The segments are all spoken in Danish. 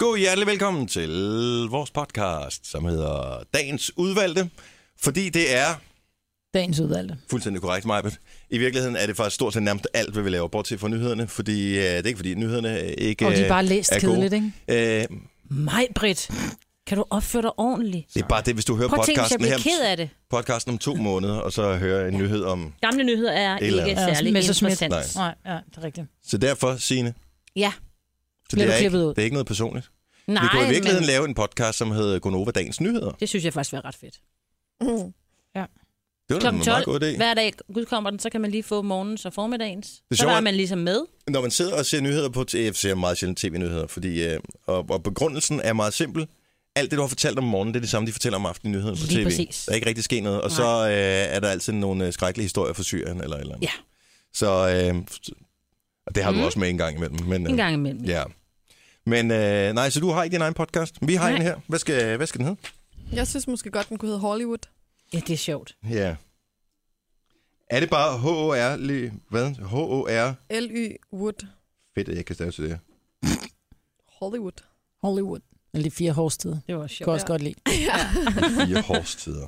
God hjertelig velkommen til vores podcast, som hedder Dagens Udvalgte. Fordi det er... Dagens Udvalgte. Fuldstændig korrekt, Majbert. I virkeligheden er det faktisk stort set nærmest alt, hvad vi laver, bortset fra nyhederne. Fordi det er ikke fordi, nyhederne ikke er gode. Og de er bare læst kedeligt, ikke? Majbrit, kan du opføre dig ordentligt? Det er bare det, hvis du hører podcasten her. Ked af det. Podcasten om 2 måneder, og så hører en nyhed om... Gamle nyheder er ikke særlig interessant. Nej, ja, det er rigtigt. Så derfor, Signe... Ja. Så det er ikke noget personligt. Nej, vi kunne i virkeligheden lave en podcast, som hedder Gonova Dagens Nyheder. Det synes jeg faktisk var ret fedt. Ja. Det var en meget god idé. Hver dag udkommer den, så kan man lige få morgens og formiddagens. Så er man ligesom med. Når man sidder og ser nyheder på TF, ser meget sjældent tv-nyheder, fordi, og begrundelsen er meget simpel. Alt det, du har fortalt om morgenen, det er det samme, de fortæller om aftenen i nyhederne på tv. Præcis. Der er ikke rigtig sket noget. Og så er der altid nogle skrækkelige historier fra Syrien eller eller andet. Ja. Så og det har du også med en gang imellem. Men, en gang imellem. Ja. Men nej, så du har ikke din egen podcast. Vi har en her. Hvad skal den hedde? Jeg synes måske godt, den kunne hedde Hollywood. Ja, det er sjovt. Ja. Er det bare H-O-R? Hvad? H-O-R? L-Y Wood. Fedt, at jeg kan stave til det. Hollywood. Hollywood. Eller de 4 hårstider. Det var sjovt. Kan også godt lide. Ja. 4 hårstider.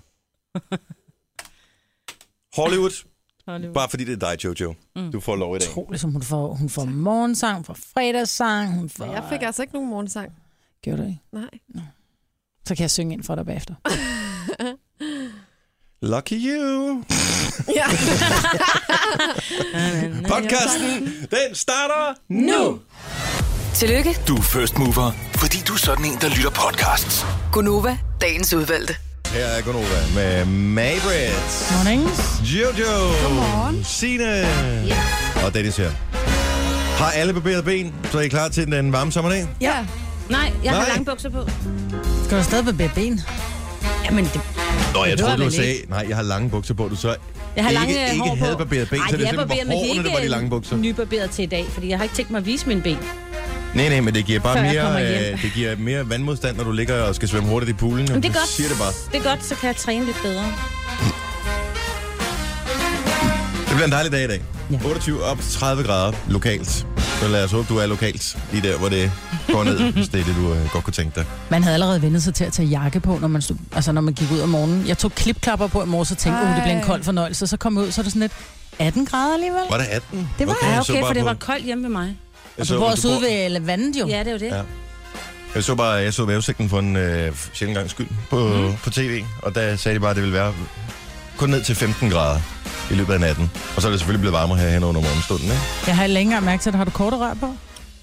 Hollywood. Bare fordi det er dig, Jojo. Du får lov i dag. Utroligt, som hun får morgensang, hun får fredagssang, hun får... Jeg fik altså ikke nogen morgensang. Gjorde du ikke? Nej. Nå. Så kan jeg synge ind for dig bagefter. Lucky you. Ja. Podcasten, den starter nu. Tillykke. Du er first mover, fordi du er sådan en, der lytter podcasts. Gonova, dagens udvalgte. Her er Gonova med Majbrit. Morning. Jojo. Godmorgen. Signe. Og Dennis her. Har alle barberet ben, så er I klar til den varme sommerdag? Ja. Nej, jeg har lange bukser på. Skal du stadig barbere ben? Jamen, det... Nå, jeg troede, du vel sagde, nej, jeg har lange bukser på. Du så Jeg har ikke lange hår havde på. barberet ben, Ej, så det er de simpelthen barberet, hårene, der var de lange bukser. Nybarberet til i dag, fordi jeg har ikke tænkt mig at vise mine ben. Nej, men det giver bare Før jeg kommer mere, hjem. det giver mere vandmodstand, når du ligger og skal svømme hurtigt i poolen. Men det er godt. Siger det bare. Det er godt, så kan jeg træne lidt bedre. Det bliver en dejlig dag i dag. Ja. 28 op 30 grader lokalt. Så lad os håbe, du er lokalt lige der, hvor det går ned, hvis det er det, du godt kunne tænke dig. Man havde allerede vendt sig til at tage jakke på, når man gik ud om morgenen. Jeg tog klipklapper på i morges og tænkte, det bliver en kold fornøjelse. Så kom jeg ud, så er det sådan lidt 18 grader alligevel. Var det 18? Det var Okay, for det var koldt hjemme ved mig. Og du bor også ude ved vandet jo. Ja, det er jo det. Ja. Jeg så vejrudsigten for en sjældent gang skyld på tv, og der sagde de bare, at det ville være kun ned til 15 grader i løbet af natten. Og så er det selvfølgelig blevet varmere herhen under morgenstunden, ikke? Jeg har længere mærket til, at har du korte rør på?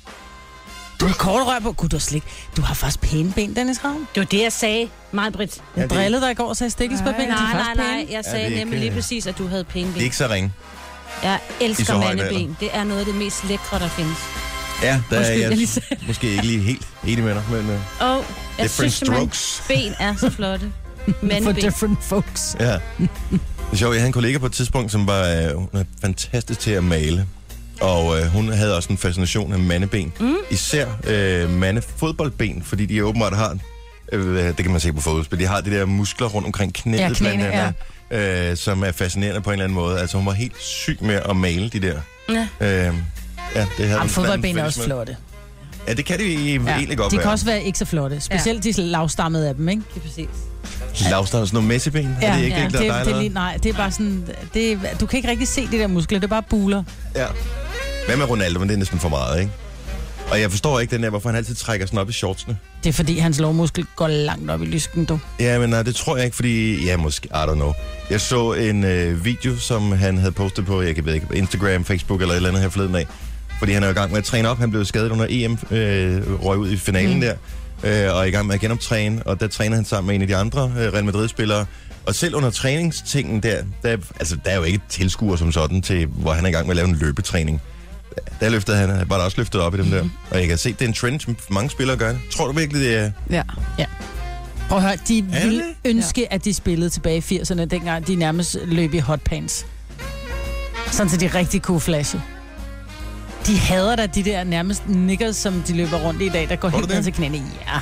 Du har korte rør på? Gud, du har slet ikke. Du har faktisk pæne ben, Dennis Ravn. Det var det, jeg sagde, Majbrit. Jeg drillede dig i går og sagde stikkelsbærben. Nej. Jeg sagde nemlig lige præcis, at du havde pæne ben. Det er ikke så ringe. Jeg I elsker så høj mandeben. Det er noget af det mest lækre, der findes. Ja, der Undskyld, er jeg lige jeg sagde. måske ikke lige helt enig med dig, men Jeg different synes simpelthen, strokes. ben er så flotte. For Mandeben. different folks. Ja. Det er sjovt, jeg havde en kollega på et tidspunkt, som var hun er fantastisk til at male. Og hun havde også en fascination af mandeben. Især mandefodboldben, fordi de åbenbart har, det kan man se på fodboldspil, de har de der muskler rundt omkring knæet, knæene, blandt andet, som er fascinerende på en eller anden måde. Altså hun var helt syg med at male de der. Ja. Ja, det havde Fodboldben er også flotte. Ja, det kan de egentlig godt De være. kan også være ikke så flotte. Specielt de lavstammede af dem, ikke? Det er præcis. Lavstamme, sådan nogle messeben. Er det ikke det, der er dig, nej, det er bare sådan... du kan ikke rigtig se de der muskler, det er bare buler. Ja. Hvad med Ronaldo, men det er næsten for meget, ikke? Og jeg forstår ikke den der, hvorfor han altid trækker sådan op i shortsene. Det er fordi, hans lårmuskel går langt op i lysken, du. Ja, men nej, det tror jeg ikke, fordi... Ja, måske, I don't know. Jeg så en video, som han havde postet på, jeg ved ikke, Instagram, Facebook eller et eller andet her forleden af. Fordi han er i gang med at træne op. Han blev skadet under EM, røg ud i finalen der, og er i gang med at genoptræne. Og der træner han sammen med en af de andre Real Madrid-spillere. Og selv under træningstingen der er jo ikke tilskuer som sådan til, hvor han er i gang med at lave en løbetræning. Der løftede han, var der også løftet op i dem der. Og jeg kan se, det er en trend, som mange spillere gør det. Tror du virkelig, det er... Ja. Prøv at høre, de ville ønske, at de spillede tilbage i 80'erne, dengang de nærmest løb i hotpants. Sådan, så de rigtig kunne flashe. De hader da de der nærmest niggers, som de løber rundt i dag, der går helt ned til knæene. Ja.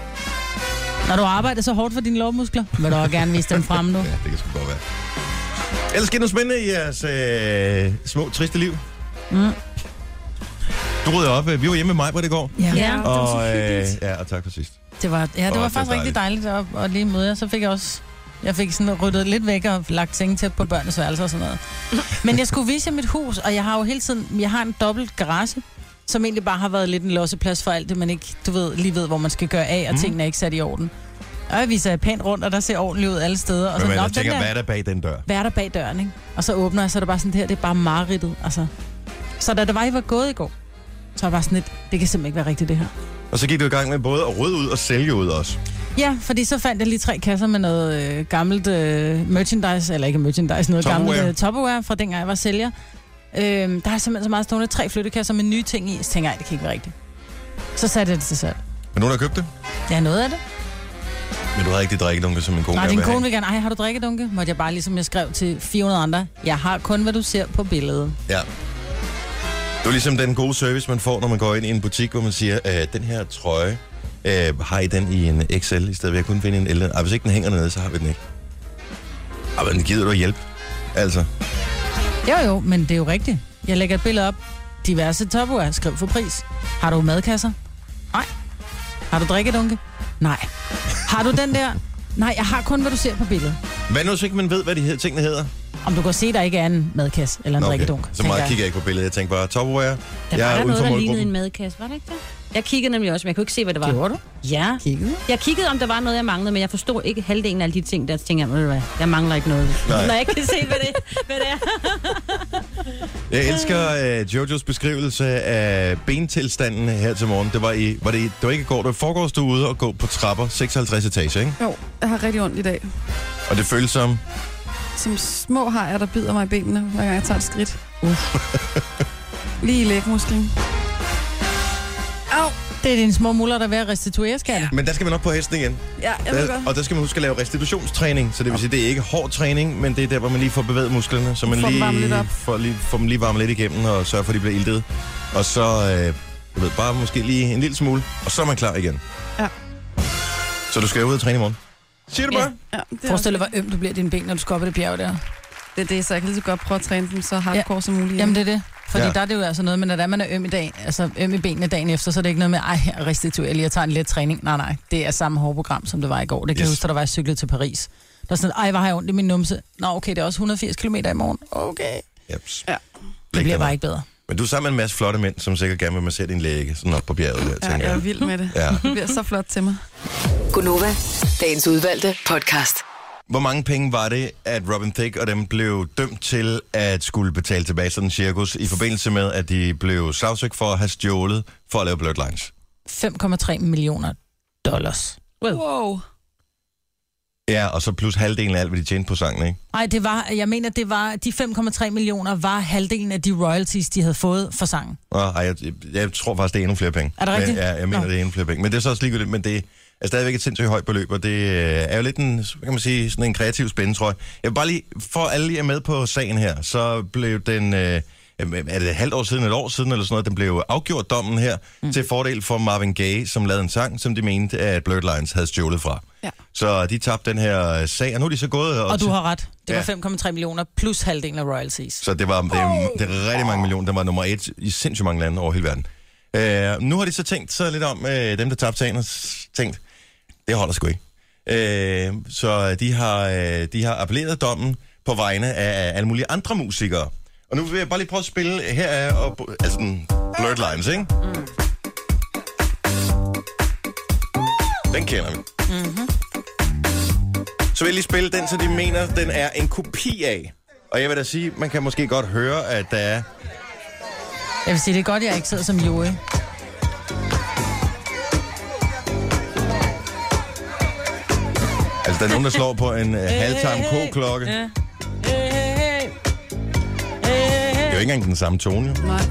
Når du arbejder så hårdt for dine lårmuskler, vil du også gerne vise dem frem nu. Ja, det kan sgu godt være. Ellers sker noget spændende i jeres små, triste liv. Du rydde op. Vi var hjemme med mig på det i går. Ja. Og, og tak for sidst. Det var faktisk rigtig dejligt at lige møde jer. Så fik jeg fik sådan ryddet lidt væk og lagt sengetæppe på børnenes værelser og sådan noget. Men jeg skulle vise jer mit hus, og jeg har jo hele tiden, jeg har en dobbelt garage, som egentlig bare har været lidt en losseplads for alt det, man ikke, lige ved, hvor man skal gøre af, og tingene er ikke sat i orden. Og jeg viser pænt rundt, og der ser ordentligt ud alle steder. Og så, jeg tænker, hvad er der bag den dør? Hvad er der bag døren, ikke? Og så åbner jeg, så er det bare sådan, det her, det er bare mareridtet, altså. Så da I var gået i går, så var jeg bare sådan lidt, det kan simpelthen ikke være rigtigt, det her. Og så gik du i gang med både at rydde ud og sælge ud også. Ja, fordi så fandt jeg lige 3 kasser med noget gammelt merchandise, eller ikke merchandise, noget gammelt Tupperware fra dengang jeg var sælger. Der er simpelthen så meget stående 3 flyttekasser med nye ting i, så tænker jeg, det kan ikke være rigtigt. Så satte jeg det til salg. Men nogen har købt det? Ja, noget af det. Men du havde ikke de drikkedunke, som min kone Nej, din kone vil gerne. Ej, har du drikkedunke? Måtte jeg bare, ligesom jeg skrev til 400 andre, jeg har kun, hvad du ser på billedet. Ja. Det er ligesom den gode service, man får, når man går ind i en butik, hvor man siger, den her trøje, har I den i en XL, i stedet for at kunne finde en L? Hvis ikke den hænger nede, så har vi den ikke. Men gider du hjælp? Altså. Jo, men det er jo rigtigt. Jeg lægger et billede op. Diverse Tupperware, skriv for pris. Har du madkasser? Nej. Har du drikkedunke? Nej. Har du den der? Nej, jeg har kun, hvad du ser på billedet. Hvad nu, så ikke man ved, hvad de tingene hedder? Om du kan se, der ikke er en madkasse eller en drikkedunk. Så meget kigger jeg ikke på billedet. Jeg tænker bare, Tupperware. Der var noget, der lignede en madkasse, var det ikke det? Jeg kiggede nemlig også, men jeg kunne ikke se, hvad det var. Gjorde du? Ja. Jeg kiggede, om der var noget, jeg manglede, men jeg forstod ikke halvdelen af alle de ting, der tænker jeg mangler ikke noget. Nej. Når jeg ikke kan se, hvad det er. Jeg elsker Jojos beskrivelse af bentilstanden her til morgen. Det var ikke i går, det var forgårs du ude og gå på trapper, 56 etage, ikke? Jo, jeg har rigtig ondt i dag. Og det føles som små hajer, der bider mig i benene, hver gang jeg tager et skridt. Lige i lægmusklen. Au! Det er dine små muller, der er ved at restituere, skal det? Men der skal man op på hesten igen. Ja, jeg ved godt. Og der skal man huske at lave restitutionstræning, så det vil sige, det er ikke hård træning, men det er der, hvor man lige får bevæget musklerne, så man får dem lige varmet lidt igennem og sørger for, at de bliver iltet. Og så, bare måske lige en lille smule, og så er man klar igen. Ja. Så du skal ud og træne i morgen. Siger du bare? Ja, forestil dig, hvor ømt du bliver dine ben, når du skal op ad det bjerg der. Det er det, så jeg kan lige så godt prøve at træne dem så hardcore som muligt. Jamen det er det. Fordi der er det jo altså noget, men når man er øm i dag, altså øm i benene dagen efter, så er det ikke noget med, jeg restituerer lige og tager en let træning. Nej, det er samme hårde program, som det var i går. Det kan jeg huske, da der var jeg cyklet til Paris. Der er sådan, hvor har jeg ondt i min numse? Nå, okay, det er også 180 km i morgen. Okay. Jeps. Ja. Det bliver bare ikke bedre. Men du er sammen med en masse flotte mænd, som sikkert gerne vil massere din læge, sådan op på bjerget der, tænker jeg. Jeg er vild med det. Ja. Det bliver så flot til mig. Gunova, dagens udvalgte podcast. Hvor mange penge var det, at Robin Thicke og dem blev dømt til at skulle betale tilbage sådan en cirkus, i forbindelse med, at de blev sagsøgt for at have stjålet for at lave Bloodlines? $5,3 millioner. Wow. Ja, og så plus halvdelen af alt, hvad de tjente på sangen, ikke? Nej, jeg mener, det var, de 5,3 millioner var halvdelen af de royalties, de havde fået for sangen. Jeg tror faktisk, det er endnu flere penge. Er det rigtigt? Ja, jeg mener, det er endnu flere penge. Men det er så også ligegyldigt, men det er stadigvæk et sindssygt højt beløb, og det er jo lidt en, kan man sige, sådan en kreativ spænde, tror jeg. Jeg vil bare lige, for alle lige er med på sagen her, så blev den, er det et halvt år siden, et år siden, eller sådan noget, den blev afgjort dommen her, til fordel for Marvin Gaye, som lavede en sang, som de mente, at Bloodlines havde stjålet fra. Ja. Så de tabte den her sag, og nu er de så gået... Og du har ret. Det var 5,3 millioner plus halvdelen af royalties. Så det er rigtig mange millioner. Den var nummer 1 i sindssygt mange lande over hele verden. Nu har de så tænkt så lidt om, dem der tabte sagen, og tænkt, det holder sgu ikke. Så de har appelleret dommen på vegne af alle mulige andre musikere. Og nu vil jeg bare lige prøve at spille her, altså Blurred Lines, ikke? Den kender vi. Mm-hmm. Så vil jeg lige spille den, så de mener, den er en kopi af. Og jeg vil da sige, man kan måske godt høre, at der er... Jeg vil sige, det er godt, jeg ikke sidder som jury. Altså, der er nogen, der slår på en halvtam k-klokke. Det er jo ikke engang den samme tone, jo. Nej.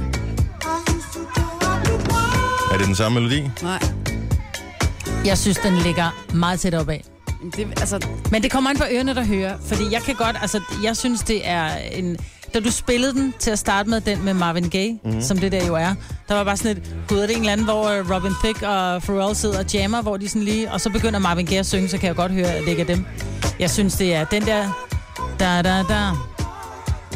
Er det den samme melodi? Nej. Jeg synes, den ligger meget tæt opad. Men det kommer an på ørerne, der hører. Fordi jeg kan godt, jeg synes, det er en... Da du spillede den til at starte med, den med Marvin Gaye, som det der jo er, der var bare sådan et, gud, er det en eller anden, hvor Robin Thicke og Pharrell sidder og jammer, hvor de sådan lige, og så begynder Marvin Gaye at synge, så kan jeg godt høre, at det ikke er dem. Jeg synes, det er den der, da da da,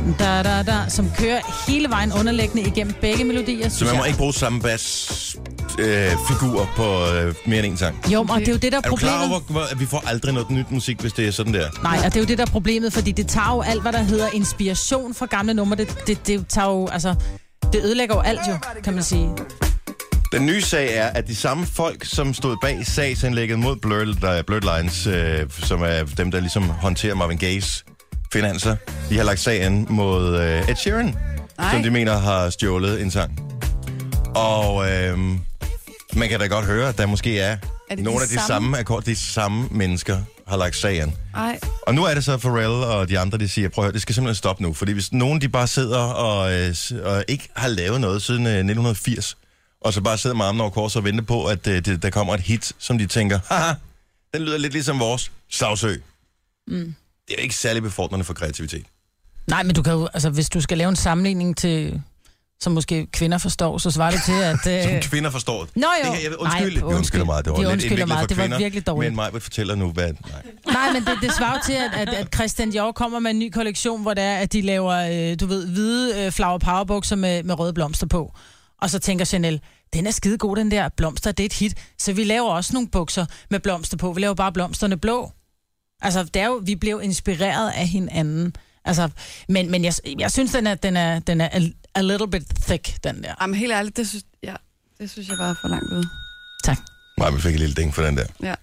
Da, da, da, som kører hele vejen underliggende igennem begge melodier. Så man må ikke bruge samme figur på mere end en sang. Jo, og det er jo det, der er Er du klar problemet. over, at vi får aldrig noget nyt musik, hvis det er sådan der? Nej, og det er jo det, der er problemet, fordi det tager jo alt, hvad der hedder inspiration fra gamle numre. Det tager jo, altså, det ødelægger jo alt jo, kan man sige. Den nye sag er, at de samme folk, som stod bag sagsindlægget mod Blurred Lines, som er dem, der ligesom håndterer Marvin Gaye's finanser, de har lagt sagen mod Ed Sheeran, som de mener har stjålet en sang. Og man kan da godt høre, at der måske er nogle af de samme akkorder, de samme mennesker har lagt sagen. Ej. Og nu er det så Pharrell og de andre, de siger, prøv at høre, det skal simpelthen stoppe nu. Fordi hvis nogen de bare sidder og ikke har lavet noget siden 1980, og så bare sidder med armen over kors og venter på, at der kommer et hit, som de tænker, haha, den lyder lidt ligesom vores Savsø. Det er jo ikke særlig befordrende for kreativitet. Nej, men du kan jo, altså, hvis du skal lave en sammenligning til, som måske kvinder forstår, så svarer det til, at... Som kvinder forstår. Nå jo. Vi undskylder meget. Det var lidt indviklet for det var kvinder, virkelig dårligt. men Maj vil fortælle nu, hvad... Nej, men det svarer til, at Christian Dior kommer med en ny kollektion, hvor det er, at de laver, du ved, hvide flower power bukser med røde blomster på. Og så tænker Chanel, den er skide god, den der blomster, det er et hit. Så vi laver også nogle bukser med blomster på. Vi laver bare blomsterne blå. Altså, det er jo, vi blev inspireret af hinanden. Altså, men jeg synes, den er a little bit thick, den der. Jamen helt ærligt, det synes jeg bare er for langt ude. Tak. Maj, vi fik et lille ding for den der. Ja.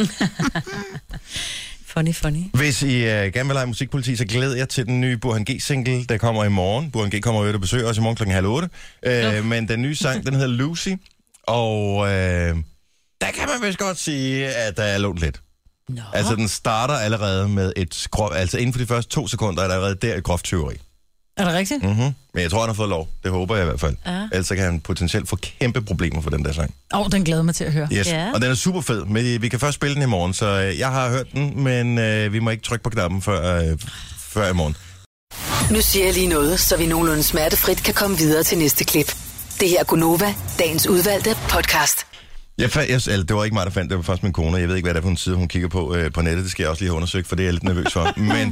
Funny. Hvis I gerne vil lege musikpoliti, så glæder jeg til den nye Burhan G-single, der kommer i morgen. Burhan G kommer jo og besøger os i morgen 7:30. Men den nye sang, den hedder Lucy. Og der kan man vist godt sige, at der er lånt lidt. Nå. Altså, den starter allerede med altså inden for de første 2 sekunder, er der allerede der et groft tyveri. Er det rigtigt? Men jeg tror, han har fået lov. Det håber jeg i hvert fald. Ja. Ellers kan han potentielt få kæmpe problemer for den der sang. Den glæder mig til at høre. Yes. Ja. Og den er super fed, men vi kan først spille den i morgen, så jeg har hørt den, men vi må ikke trykke på knappen før i morgen. Nu siger jeg lige noget, så vi nogenlunde smertefrit kan komme videre til næste klip. Det her er Gunova, dagens udvalgte podcast. Det var ikke mig, der fandt det. Det var faktisk min kone. Jeg ved ikke, hvad det er for en side, hun kigger på nettet. Det skal jeg også lige have undersøgt, for det er jeg lidt nervøs for. Men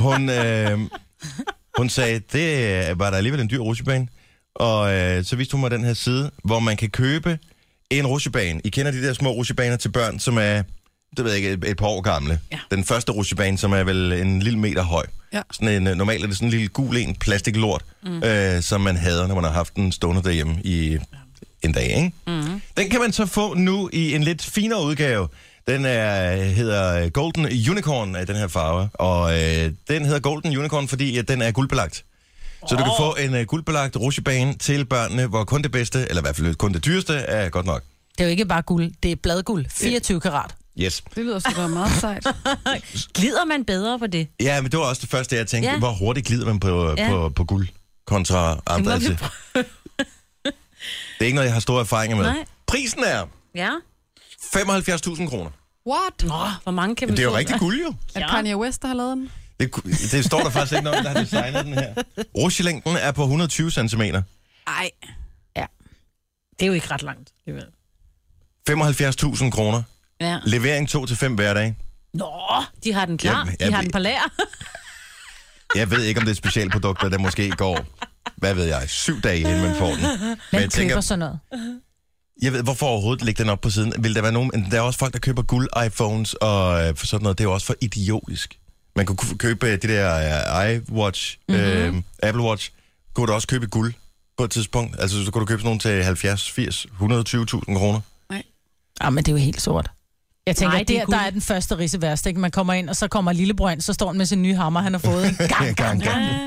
hun sagde, det var der alligevel en dyr rutsjebane. Og så viste hun mig den her side, hvor man kan købe en rutsjebane. I kender de der små rutsjebaner til børn, som er, det ved jeg ikke, et par år gamle. Ja. Den første rutsjebane, som er vel en lille meter høj. Ja. Normalt er det sådan en lille gul en plastiklort, som man hader, når man har haft den stående derhjemme i en dag, ikke? Mm-hmm. Den kan man så få nu i en lidt finere udgave. Den hedder Golden Unicorn af den her farve, og den hedder Golden Unicorn, fordi den er guldbelagt. Så du kan få en guldbelagt rutsjebane til børnene, hvor kun det bedste, eller i hvert fald kun det dyreste, er godt nok. Det er jo ikke bare guld, det er bladguld. 24 karat. Yes. Det lyder sgu da meget sejt. Glider man bedre på det? Ja, men det var også det første, jeg tænkte. Ja. Hvor hurtigt glider man på guld kontra andre? Det er ikke noget, jeg har store erfaringer med. Nej. Prisen er 75.000 kroner. What? Nå, hvor mange kan vi få? Det er jo rigtig guld, jo. Er det Kanye West, der har lavet den? Det står der faktisk ikke noget, der har designet den her. Rutsjelængden er på 120 cm. Ej. Ja. Det er jo ikke ret langt. 75.000 kroner. Ja. Levering 2 til 5 hverdage. Nå, de har den klar. De har den på lager. Jeg ved ikke, om det er specialprodukter, der måske går, hvad ved jeg, 7 dage, inden man får den. Men jeg tænker sådan noget. Jeg ved, hvorfor overhovedet lægge den op på siden? Vil der være nogen... Der er også folk, der køber guld-iPhones og for sådan noget. Det er jo også for idiotisk. Man kunne købe det der iWatch, Apple Watch. Kunne du også købe guld på et tidspunkt? Altså, så kunne du købe sådan nogle til 70, 80, 120.000 kroner. Nej. Men det er jo helt sort. Jeg tænker, Nej, der er den første riseværst, ikke? Man kommer ind, og så kommer lillebror ind, så står han med sin nye hammer, han har fået en gang.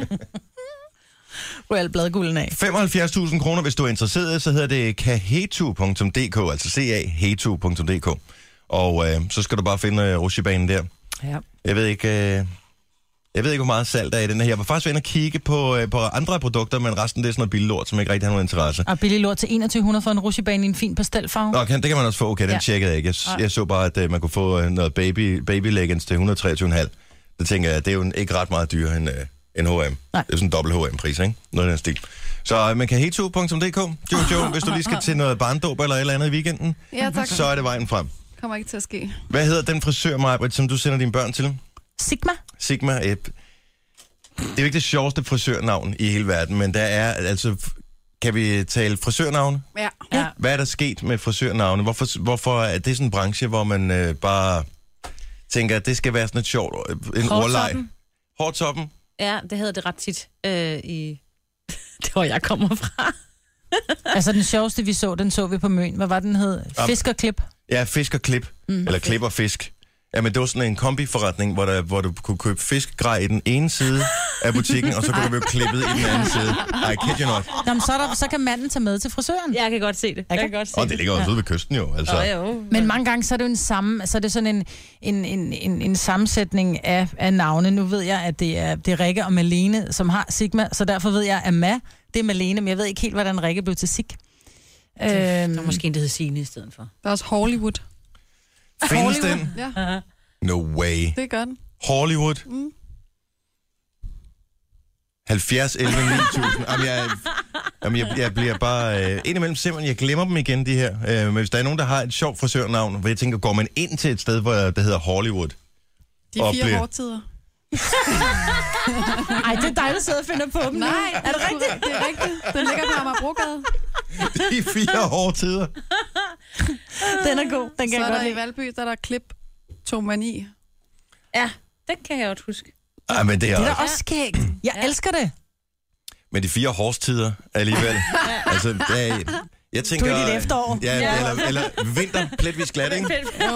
Ryger bladgulden af. 75.000 kroner, hvis du er interesseret, så hedder det kahetu.dk, altså cahetu.dk. Og så skal du bare finde rutsjebanen der. Ja. Jeg ved ikke, hvor meget salt der er i den her. Jeg var faktisk inde og kigge på andre produkter, men resten det er sådan noget billig lort, som ikke rigtig har nogen interesse. Og billig lort til 2100 for en rutsjebane i en fin pastelfarve. Nå, det kan man også få. Okay, den tjekkede jeg ikke. Jeg så bare, at man kunne få noget baby leggings til 123,5. Det tænker jeg, det er jo ikke ret meget dyrere end H&M. Nej. Det er sådan en dobbelt H&M-pris, ikke? Noget af den stil. Så man kan hetu.dk, Jojo, hvis du lige skal til noget barndåb eller et eller andet i weekenden, Ja, tak. så er det vejen frem. Kommer ikke til at ske. Hvad hedder den frisør, Maj-Brit, som du sender dine børn til? Sigma. Sigma. Det er jo ikke det sjoveste frisørnavn i hele verden, men der er altså... Kan vi tale frisørnavne? Ja. Hvad er der sket med frisørnavne? Hvorfor er det sådan en branche, hvor man bare tænker, at det skal være sådan et sjovt en ordleg? Hårtoppen? Ja, det hedder det ret tit i... Det hvor jeg kommer fra. Altså den sjoveste, vi så, den så vi på Møn. Hvad var den hed? Fisk og klip. Ja, fisk og klip. Eller klip og fisk. Ja, men det var sådan en kombiforretning, hvor du kunne købe fiskegrej i den ene side af butikken, og så kunne du blive klippet i den anden side. Ej, kid you not. Jamen, så kan manden tage med til frisøren. Jeg kan godt se det. Jeg kan godt se Og det ligger også ude ved kysten jo. Altså. Men mange gange så er det jo så er det sådan en sammensætning af navne. Nu ved jeg, at det er Rikke og Malene, som har Sigma, så derfor ved jeg, at Ma, det er Malene, men jeg ved ikke helt, hvordan Rikke blev til Sig. Det var måske en, der hed Signe i stedet for. Der er også Hollywood. Findes den? Ja, No way. det gør den. Hollywood? 70, 11, 9000. Jamen, jeg bliver bare... indimellem simpelthen, jeg glemmer dem igen, de her. Men hvis der er nogen, der har et sjovt frisørnavn, hvor jeg tænker, går man ind til et sted, hvor det hedder Hollywood? De 4 hårdtider. Ej, det er dig, der sidder og finder på dem. Nej, er det rigtigt? Det er rigtigt. Den ligger på Amagerbrogade. De 4 hårde tider. Den er god. Den kan Så jeg er godt der lide. i Valby, der er klip Tomani. Ja, den kan jeg godt huske. Ej, men det er Det er også... da også skægt. Jeg elsker det. Men de 4 hårdstider alligevel. Altså, jeg tænker... Du er i dit efterår. Ja, eller vinter, pletvis glat, ikke?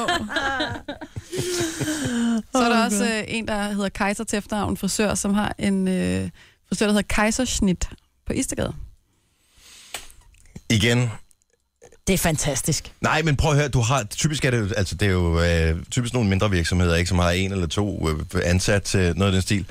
Så er der også en, der hedder Kaiser til efternavn, frisør, som har en frisør, der hedder Kaiserschnitt på Istergade. Igen. Det er fantastisk. Nej, men prøv at høre, typisk er det jo, altså det er jo typisk nogle mindre virksomheder, ikke, som har 1 eller 2 ansat til noget af den stil.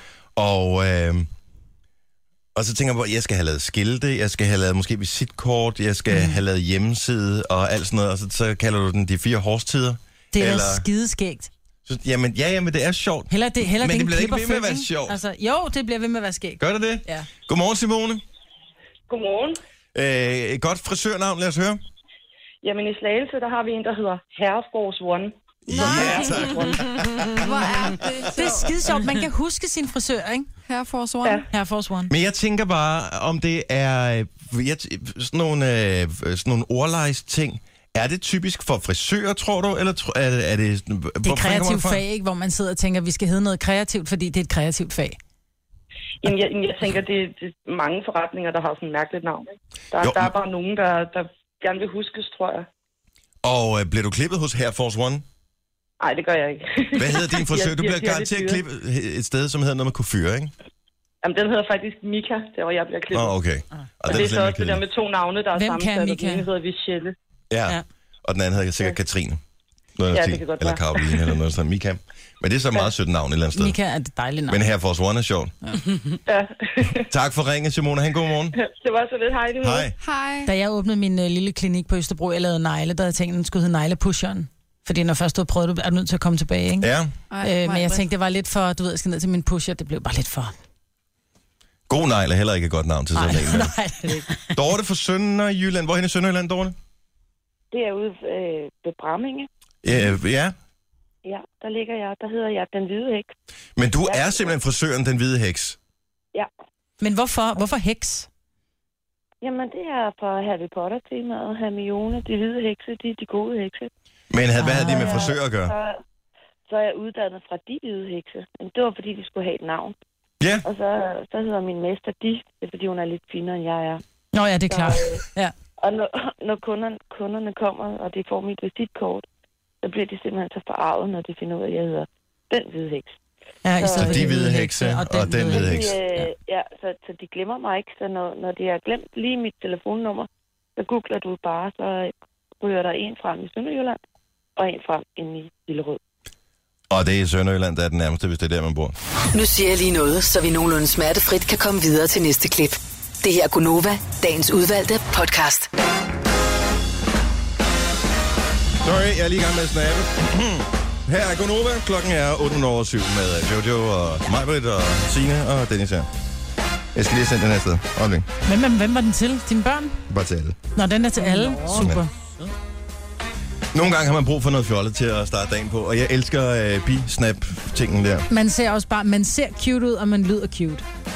Og så tænker jeg på, jeg skal have lavet skilte, jeg skal have lavet måske visitkort, jeg skal have lavet hjemmeside og alt sådan noget, og så kalder du den de 4 hårdstider. Det er skideskægt. Jamen, men det er sjovt. Heller men det den bliver ikke klipper ved med at være følge, sjovt. altså, jo, det bliver ved med at være skægt. Gør det det? Ja. Godmorgen, Simone. Godmorgen. Et godt frisørnavn, lad os høre. Jamen i Slagelse, der har vi en, der hedder Hair Force One. Ja, tak. Hvor er det Det er skide sjovt. Man kan huske sin frisør, ikke? Her Force One. Ja. Her Force One. Men jeg tænker bare, om det er sådan nogle ordlejes-ting. Er det typisk for frisører, tror du? Eller er det... Det er et kreativt fag, ikke? Hvor man sidder og tænker, at vi skal hedde noget kreativt, fordi det er et kreativt fag. Jamen jeg tænker, det er mange forretninger, der har sådan et mærkeligt navn. Ikke? Der er bare nogen, der gerne vil huskes, tror jeg. Og bliver du klippet hos Hair Force One? Nej, det gør jeg ikke. Hvad hedder din frisør? Du bliver garanteret klippet et sted, som hedder noget med koffyr, ikke? Jamen, den hedder faktisk Mika, der hvor jeg bliver klippet. Okay. Og det er så også det der med 2 navne, der er Hvem kan sammensat. Mika? Den ene hedder Michelle. Ja. Og den anden hedder sikkert Katrine. Ja, det kan godt eller være. Caroline, eller noget sådan. Mika. Men det er så meget sødt navn et eller andet sted. Mika er et dejligt navn. Men Hair Force One er sjovt. Ja. Tak for ringen, Simone. Ha' en god morgen. Det var så lidt. Hej. Det Hej. Hej. Da jeg åbnede min lille klinik på Østerbro, jeg lavede negle, der havde jeg tænkt, at den skulle hedde neglepusheren. Fordi når først du har prøvet det, er du nødt til at komme tilbage, ikke? Ja. Men jeg tænkte, det var lidt for, du ved, jeg skal ned til min pusher, det blev bare lidt for... God negl er heller ikke et godt navn til sådan en. Nej, det er det ikke. Dorte fra Sønderjylland. Hvorhen i Sønderjylland, Dorte? Det er ude ved Bramminge. Ja. Ja, der ligger jeg. Der hedder jeg Den Hvide Heks. Men du er simpelthen frisøren, den hvide heks. Ja. Men hvorfor heks? Jamen, det er fra Harry Potter-temaet. Hermione, de hvide hekse, de gode hekse. Men hvad havde det med frisør at gøre? Så er jeg uddannet fra de hvide hekse. Men det var, fordi de skulle have et navn. Ja. Og så hedder min mester de. Det er, fordi hun er lidt finere, end jeg er. Nå ja, det er klart. Ja. Og når kunderne kommer, og de får mit visitkort, så bliver de simpelthen så forarvet, når de finder ud af, at jeg hedder Den Hvide Heks. Ja, i stedet for de hvide hekse og den hvide heks. Ja, så de glemmer mig ikke. Så når de har glemt lige mit telefonnummer, så googler du bare, så ryger der en frem i Sønderjylland, og en frem inde i Hillerød. Og det er i Sønderjylland, der er den nærmeste, hvis det er der, man bor. Nu siger jeg lige noget, så vi nogenlunde smertefrit kan komme videre til næste klip. Det her er Gunova, dagens udvalgte podcast. Sorry, jeg er lige i gang med at snappe. Her er Gunova. Klokken er 8:07 med Jojo og Majbrit og Signe og Dennis her. Jeg skal lige sende den her sted. Øjeblik. Hvem var den til? Dine børn? Bare til alle. Nå, den er til alle. Super. Nogle gange har man brug for noget fjollet til at starte dagen på, og jeg elsker bi-snap-tingen der. Man ser også bare, man ser cute ud, og man lyder cute.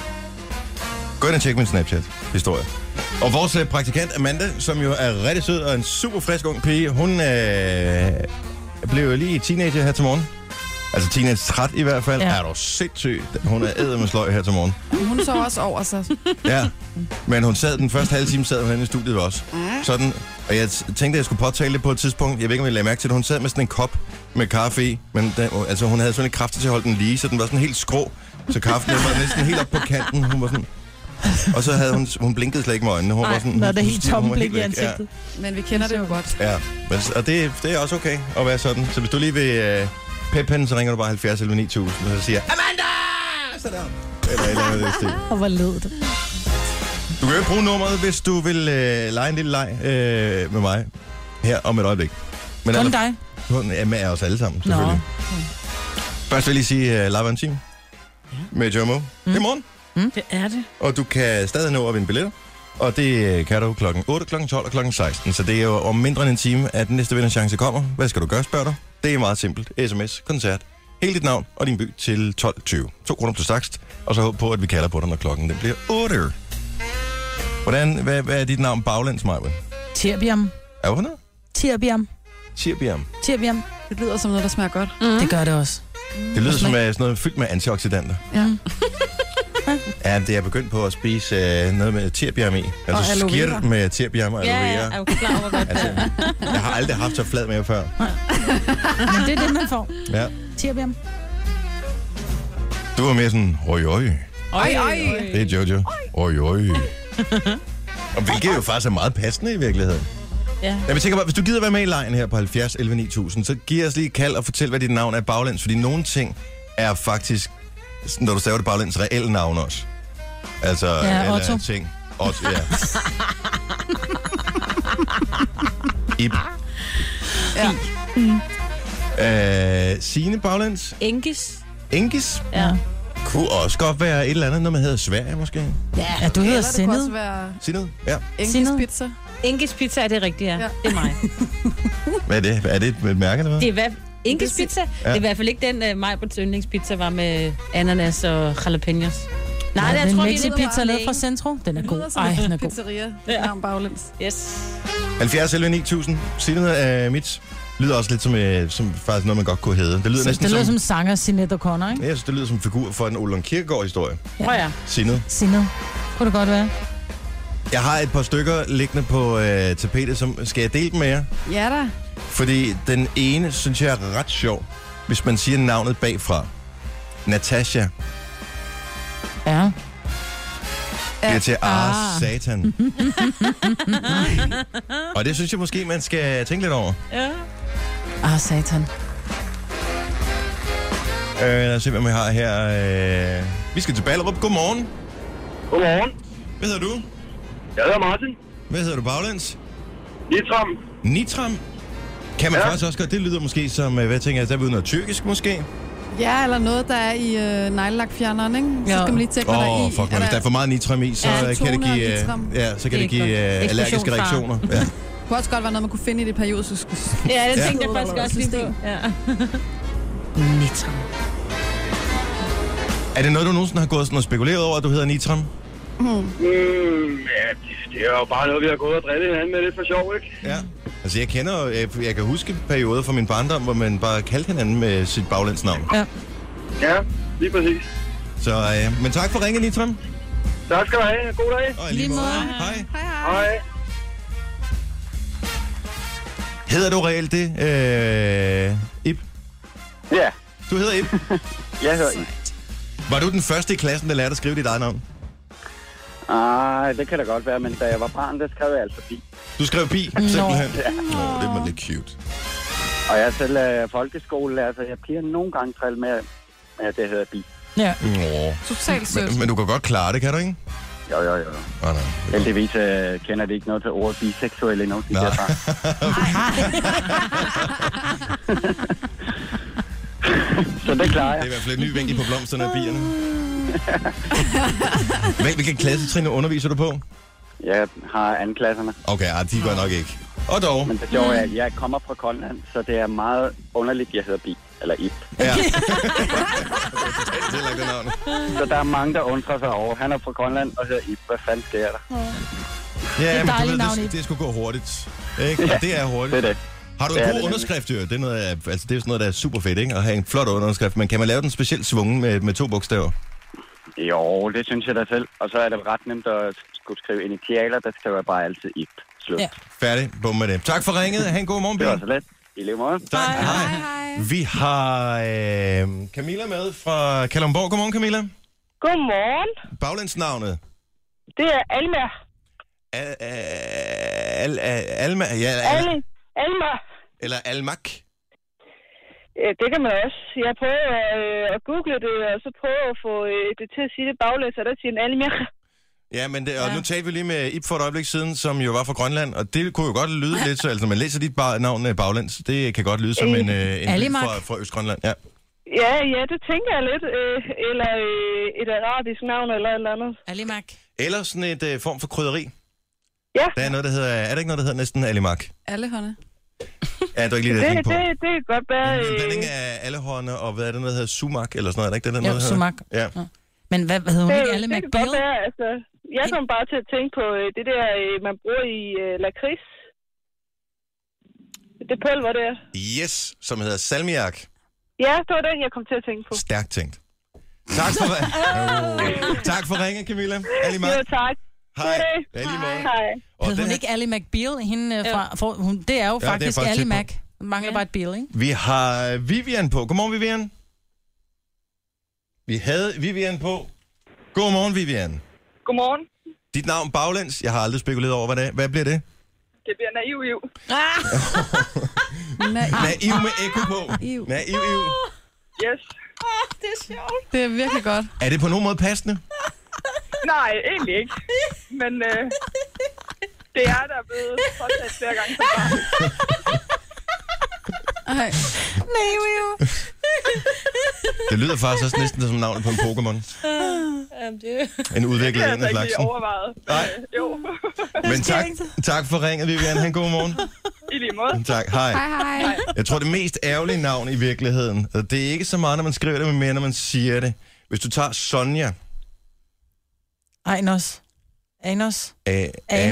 Gå ind og tjek min Snapchat-historie. Og vores praktikant Amanda, som jo er rigtig sød og en super frisk ung pige, hun blev jo lige teenager her til morgen. Altså teenage-træt i hvert fald. Ja. Er du sindssyg? Hun er eddermedsløg her til morgen. Hun så også over sig. Ja, men hun sad den første halve time, sad hun herinde i studiet også. Sådan, og jeg tænkte, at jeg skulle påtale det på et tidspunkt. Jeg ved ikke, om jeg lagde mærke til det. Hun sad med sådan en kop med kaffe i, men altså, hun havde sådan lidt kræfter til at holde den lige, så den var sådan helt skrå. Så kaffen var næsten helt op på kanten. Hun var sådan... Og så havde hun blinkede slet ikke med øjnene. Hun var sådan... Når det er helt tomme blik i ansigtet. Ja. Men vi kender det jo godt. Ja, og det er også okay at være sådan. Så hvis du lige vil peppe hende, så ringer du bare 70 11 9000, og så siger Amanda! Sådan der. Eller andet stil. Og hvor lød det. Du kan jo bruge nummeret, hvis du vil lege en lille leg med mig her om et øjeblik. Men kun dig? Ja, med os alle sammen, selvfølgelig. Først vil jeg lige sige live on team med Jomo. Det er morgen. Det er det. Og du kan stadig nå at vinde billetter. Og det kan du klokken 8, klokken 12 og klokken 16. Så det er jo om mindre end en time, at den næste vinderchance kommer. Hvad skal du gøre, spørger du? Det er meget simpelt. SMS, koncert, hele dit navn og din by til 12.20. 2 kroner plus takst. Og så håb på, at vi kalder på dig, når klokken den bliver 8. Hvad er dit navn baglæns, Maja? Tirbiam. Er du noget? Tirbiam. Tirbiam. Det lyder som noget, der smager godt. Det gør det også. Det lyder som sådan noget fyldt med antioxidanter. Ja. Ja, det er begyndt på at spise noget med tirbiam i. Altså skirt med tirbiam og aloe vera. Ja, er jo klar over godt. Altså, jeg har aldrig haft så flad med før. Men det er det, man får. Ja. Tirbiam. Du var mere sådan, oj. Oj. Det er Jojo. Oj. Og hvilket jo faktisk er meget passende i virkeligheden. Ja. Jeg tænker bare, hvis du gider være med i lejen her på 70 11 9000, så giv os lige et kald og fortæl, hvad dit navn er baglæns. Fordi nogle ting er faktisk, når du staver det baglæns, reelle navn også. Altså, ja, Otto. Ting. Otto, ja. Ib. Ja. Signe baglæns. Engis. Ja. Kunne også godt være et eller andet, når man hedder Sverige, måske. Ja, du hedder Sindet. Sindet, ja. Engis pizza. Engis pizza er det rigtige, ja. Det er mig. Hvad er det? Er det et mærke, eller hvad? Det er Engis pizza. Ja. Det er i hvert fald ikke den Majbrits yndlingspizza var med ananas og jalapenos. Nej, det er Mexi-pizza lavet fra Centro. Den er god. Ej, den er god. Pizzeria. Navn baglæns. Yes. 70 11 9000. Sindet mit lyder også lidt som faktisk noget, man godt kunne hedde. Det lyder som sanger Sinead O'Connor, ikke? Ja, jeg synes, det lyder som figur for en Ole Kirkegaard-historie. Ja. Sindet. Kunne det godt være. Jeg har et par stykker liggende på tapetet, som skal jeg dele dem med jer? Ja da. Fordi den ene, synes jeg er ret sjov, hvis man siger navnet bagfra. Natasha. Ja. Det er til Satan. Og det synes jeg måske, man skal tænke lidt over. Ja. Satan. Lad os se, hvad vi har her. Vi skal til Ballerup. Godmorgen. Godmorgen. Hvad hedder du? Jeg hedder Martin. Hvad hedder du baglæns? Nitram. Kan man faktisk også godt? Det lyder måske som, hvad tænker jeg, der er noget tyrkisk måske? Ja, eller noget, der er i neglelakfjerneren, ikke? Så skal man lige tjekke, hvad der er i. Fuck, hvis der er for meget nitram i, så kan det give, allergiske reaktioner. Ja. Det kunne også godt være noget, man kunne finde i det periodiske. Ja, det tænkte jeg faktisk også lige på. Ja. Nitram. Er det noget, du nogensinde har gået sådan og spekuleret over, at du hedder Nitram? Ja, det er jo bare noget, vi har gået og drillet hinanden med lidt for sjov, ikke? Ja. Altså, jeg kan huske perioder fra min barndom, hvor man bare kaldte hinanden med sit baglandsnavn. Ja, lige præcis. Så, men tak for ringen, Nitram. Tak skal du have. God dag. Og lige måde. Hej. Hej. Hedder du reelt det, Ib? Ja. Du hedder Ib? Jeg hedder Ib. Var du den første i klassen, der lærte at skrive dit eget navn? Nej, det kan da godt være, men da jeg var barn, der skrev jeg altså Bi. Du skrev Bi, simpelthen? Ja. Det var lidt cute. Og jeg selv er folkeskolelærer, så jeg bliver nogle gange drillet med, at det hedder Bi. Ja. Totalt sødt. Men du kan godt klare det, kan du ikke? Jo. Nej. Heldigvis kender de ikke noget til ordet biseksuel endnu, de der bare. Så det klarer jeg. Det er i hvert fald en ny vinkel på blomsterne af bierne. Hvilken klassetrin underviser du på? Jeg har andenklasserne. Okay, de går nok ikke. Og dog. Men det gjorde jeg. Jeg kommer fra Grønland, så det er meget underligt, jeg hedder Bi. eller Ip. Ja. Så der er mange, der undrer sig over. Han er fra Grønland og hedder Ip. Hvad fanden sker der? Ja, men dejligt navn, det skulle gå hurtigt. Ikke? Ja, det er hurtigt. Det er det. Har du en god underskrift, jo? Det er, noget af, altså, det er sådan noget, der er super fedt, ikke? At have en flot underskrift. Men kan man lave den specielt svungen med 2 bogstaver? Jo, det synes jeg da selv. Og så er det ret nemt at skulle skrive initialer. Der skriver jeg bare altid Ip. Slut. Ja. Færdig. Bum med det. Tak for ringet. Ha' en god morgen, Det var Bill. så let. I lige måde. Tak. Hej. Vi har Camilla med fra Kalundborg. Godmorgen, Camilla. Godmorgen. Baglandsnavnet. Det er Alma. Alma? Ja, Alma. eller Almak? Det kan man også. Jeg prøver at google det, og så prøver at få det til at sige det baglæs, og der siger en Alma. Ja, men det, og nu talte vi lige med Ip for et øjeblik siden, som jo var fra Grønland, og det kunne jo godt lyde lidt så, altså man læser dit navn baglæns, det kan godt lyde som en fra Østgrønland, ja. Ja, det tænker jeg lidt. Eller et arabisk navn, eller et eller andet. Alimak. Eller sådan et form for krydderi. Ja. Der er noget, der hedder, er der ikke noget, der hedder næsten Alimak? Allehånde. Ja, du ikke lige det på. Det kan godt være... En blanding af allehånde, og hvad er det, der hedder sumak, eller sådan noget, er det ikke det, der Jo, noget sumak. Ja. Men hvad hedder hun ikke? Alimak Det kan godt være, altså... Jeg kom bare til at tænke på det der, man bruger i lakrids. Det pulver der. Yes, som hedder salmiak. Ja, det var den, jeg kom til at tænke på. Stærkt tænkt. Tak for ringen, Camilla. Alimak. Jo, tak. Hej. Hej. Hed hun ikke Ally McBeal? Hende det er jo faktisk Ally Mac. Mangler bare et bil, ikke? Vi har Vivian på. Godmorgen, Vivian. Vi havde Vivian på. Godmorgen, Vivian. Godmorgen. Dit navn baglæns. Jeg har aldrig spekuleret over, hvad det er. Hvad bliver det? Det bliver naiv. Naiv med ekko på. Naiv. Yes. Det er sjovt. Det er virkelig godt. Er det på nogen måde passende? Nej, egentlig ikke. Men det er der blevet påtaget flere gange som barn. Ej. Nej, Det lyder faktisk også næsten som navnet på en Pokémon. En udviklet en af slagsen. Det overvejet. Nej. Jo. Men tak for ringet, Vivian. Ha' en god morgen. I lige måde. Tak. Hej. Jeg tror, det mest ærgerlige navn i virkeligheden, det er ikke så meget, når man skriver det, men mere, når man siger det. Hvis du tager Sonja. Anos. Anos. Ej.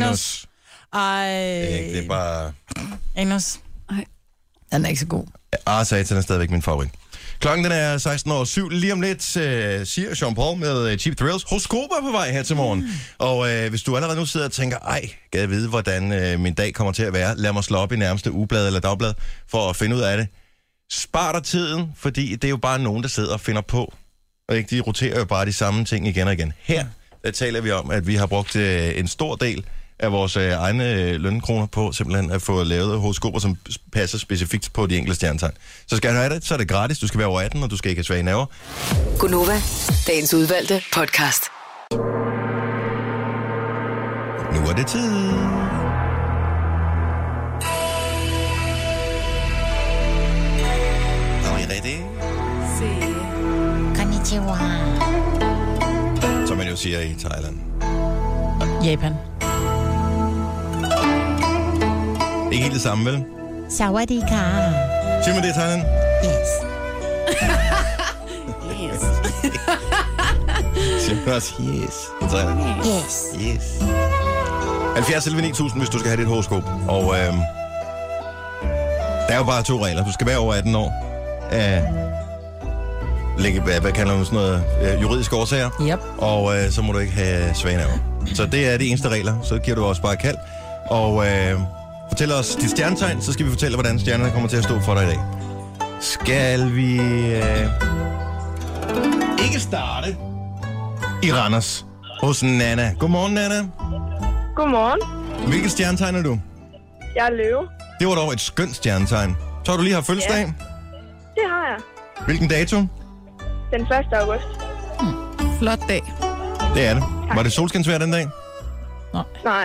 Det er bare... Anos. Ej. Den er ikke så god. Satan er stadigvæk min favorit. Klokken den er 16:07. Lige om lidt siger Sean Paul med Cheap Thrills. Horoskoper på vej her til morgen. Og hvis du allerede nu sidder og tænker, kan jeg vide, hvordan min dag kommer til at være? Lad mig slå op i nærmeste ugeblad eller dagblad for at finde ud af det. Spar dig tiden, fordi det er jo bare nogen, der sidder og finder på. Og ikke, de roterer jo bare de samme ting igen og igen. Her der taler vi om, at vi har brugt en stor del af vores egne lønkroner på simpelthen at få lavet horoskoper, som passer specifikt på de enkelte stjernetegn. Så skal du have det, så er det gratis. Du skal være over 18, og du skal ikke have svage nerver. Gunova, dagens udvalgte podcast. Nu er det tid. Er I ready? Konnichiwa. Som man jo siger i Thailand. Japan. Ikke helt det samme, vel? Sawadee-ka. Siger man det i Thailand? Yes. Siger man også yes i Thailand? Yes. 70-9000, hvis du skal have dit horoskop. Og der er jo bare 2 regler. Du skal være over 18 år. Hvad kalder man sådan noget? Juridiske årsager. Yep. Og så må du ikke have svage nerver. Så det er de eneste regler. Så giver du også bare kald. Og fortæl os dit stjernetegn, så skal vi fortælle, hvordan stjernerne kommer til at stå for dig i dag. Skal vi ikke starte i Randers hos Nana. Godmorgen, Nana. Godmorgen. Hvilket stjernetegn er du? Jeg er løve. Det var dog et skønt stjernetegn. Så har du lige haft fødselsdag? Ja. Det har jeg. Hvilken dato? Den 1. august. Flot dag. Det er det. Tak. Var det solskinsvejr den dag? Nej.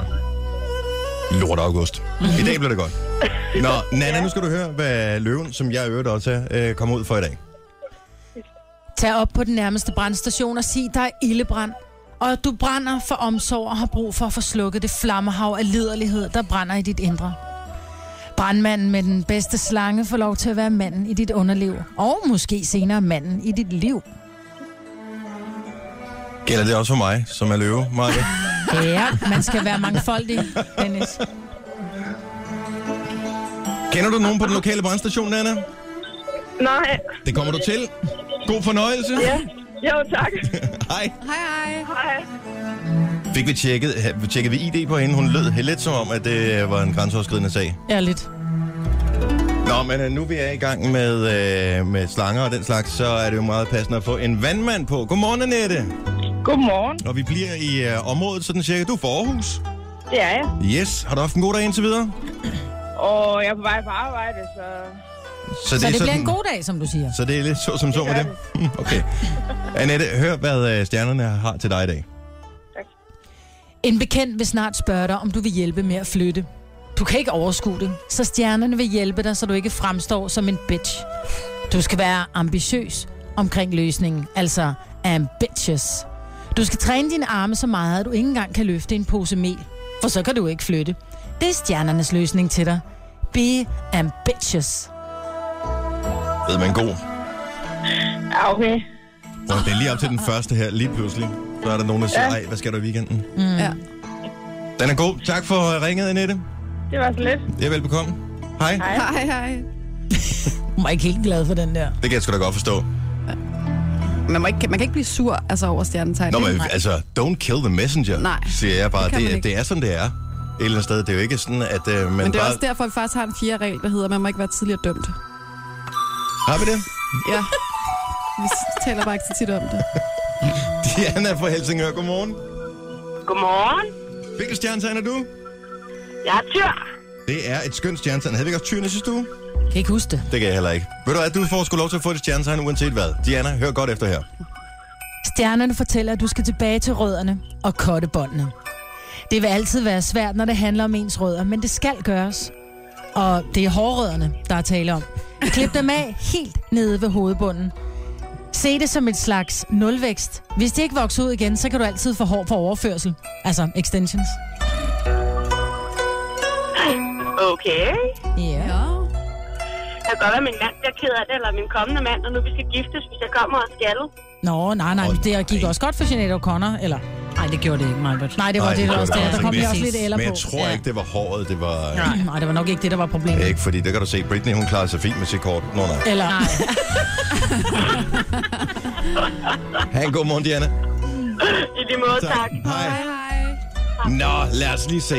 Lort august. I dag bliver det godt. Nå, Nana, nu skal du høre, hvad løven, som jeg øvrigt også er, kommer ud for i dag. Tag op på den nærmeste brandstation og sig, der er ildebrand. Og du brænder for omsorg og har brug for at få slukket det flammehav af liderlighed, der brænder i dit indre. Brandmanden med den bedste slange får lov til at være manden i dit underliv. Og måske senere manden i dit liv. Gælder det også for mig, som er løve, Maja? Ja, man skal være mangfoldig, Dennis. Kender du nogen på den lokale brandstation, Anna? Nej. Det kommer du til. God fornøjelse. Ja. Jo, tak. Hej. Hej. Hej. Fik vi tjekket vi ID på hende? Hun lød lidt som om, at det var en grænseoverskridende sag. Ja, lidt. Nå, men nu vi er i gang med slanger og den slags, så er det jo meget passende at få en vandmand på. Godmorgen, Annette. Godmorgen. Og vi bliver i området sådan cirka. Du er fra Aarhus. Det er jeg. Yes. Har du haft en god dag indtil videre? Og jeg er på vej på arbejde, så... Så det bliver en god dag, som du siger. Så det er lidt så med det? Okay. Annette, hør, hvad stjernerne har til dig i dag. Tak. En bekendt vil snart spørge dig, om du vil hjælpe med at flytte. Du kan ikke overskue det, så stjernerne vil hjælpe dig, så du ikke fremstår som en bitch. Du skal være ambitiøs omkring løsningen, altså ambitious. Du skal træne dine arme så meget, at du ikke engang kan løfte en pose mel, for så kan du ikke flytte. Det er stjernernes løsning til dig. Be ambitious. Ved man god? Ja, okay. Og det er lige op til den første her, lige pludselig. Så er der nogen, der siger, ej, hvad skal du i weekenden? Ja. Den er god. Tak for ringet, Annette. Det var så lidt. Det er velbekomme. Hej. Hej. Hun var ikke helt glad for den der. Det kan jeg sgu da godt forstå. Man kan ikke blive sur over stjernetegn. Nå, men altså, don't kill the messenger, Nej, siger jeg bare. det Det er sådan, det er. Et eller andet sted. Det er jo ikke sådan, at man Men det er bare... også derfor, at vi faktisk har en 4. regel, der hedder, at man må ikke være tidligere dømt. Har vi det? Ja. Vi taler bare ikke så tit om det. Diana fra Helsingør, godmorgen. Godmorgen. Hvilken stjernetegn er du? Jeg er tyr. Det er et skønt stjernetegn. Havde vi ikke også tyrene sidste uge? Kan ikke huske det. Det kan jeg heller ikke. Ved du hvad, du får sgu lov til at få det stjernetegn uanset hvad. Diana, hør godt efter her. Stjernerne fortæller, at du skal tilbage til rødderne og cutte båndene. Det vil altid være svært, når det handler om ens rødder, men det skal gøres. Og det er hårrødderne, der er tale om. Klip dem af helt nede ved hovedbunden. Se det som et slags nulvækst. Hvis de ikke vokser ud igen, så kan du altid få hår på overførsel. Altså extensions. Okay. Ja. Jeg kan godt være, min mand bliver ked af det, eller min kommende mand, og nu vi skal giftes, hvis jeg kommer og skaldet. Nå, nej, det gik også godt for Sinead O'Connor, eller? Nej, det gjorde det ikke, Majbert. Nej, det var det også der. Der kom lige også lidt eller på. Men jeg tror ikke, det var håret, det var... Nej, det var nok ikke det, der var problemet. Ikke, fordi der kan du se, Britney, hun klarede sig fint med sit kort. Nå, nej. Eller? Nej. Ha' en god morgen, Diana. I lige måde, tak. Hej. Nå, lad os lige se.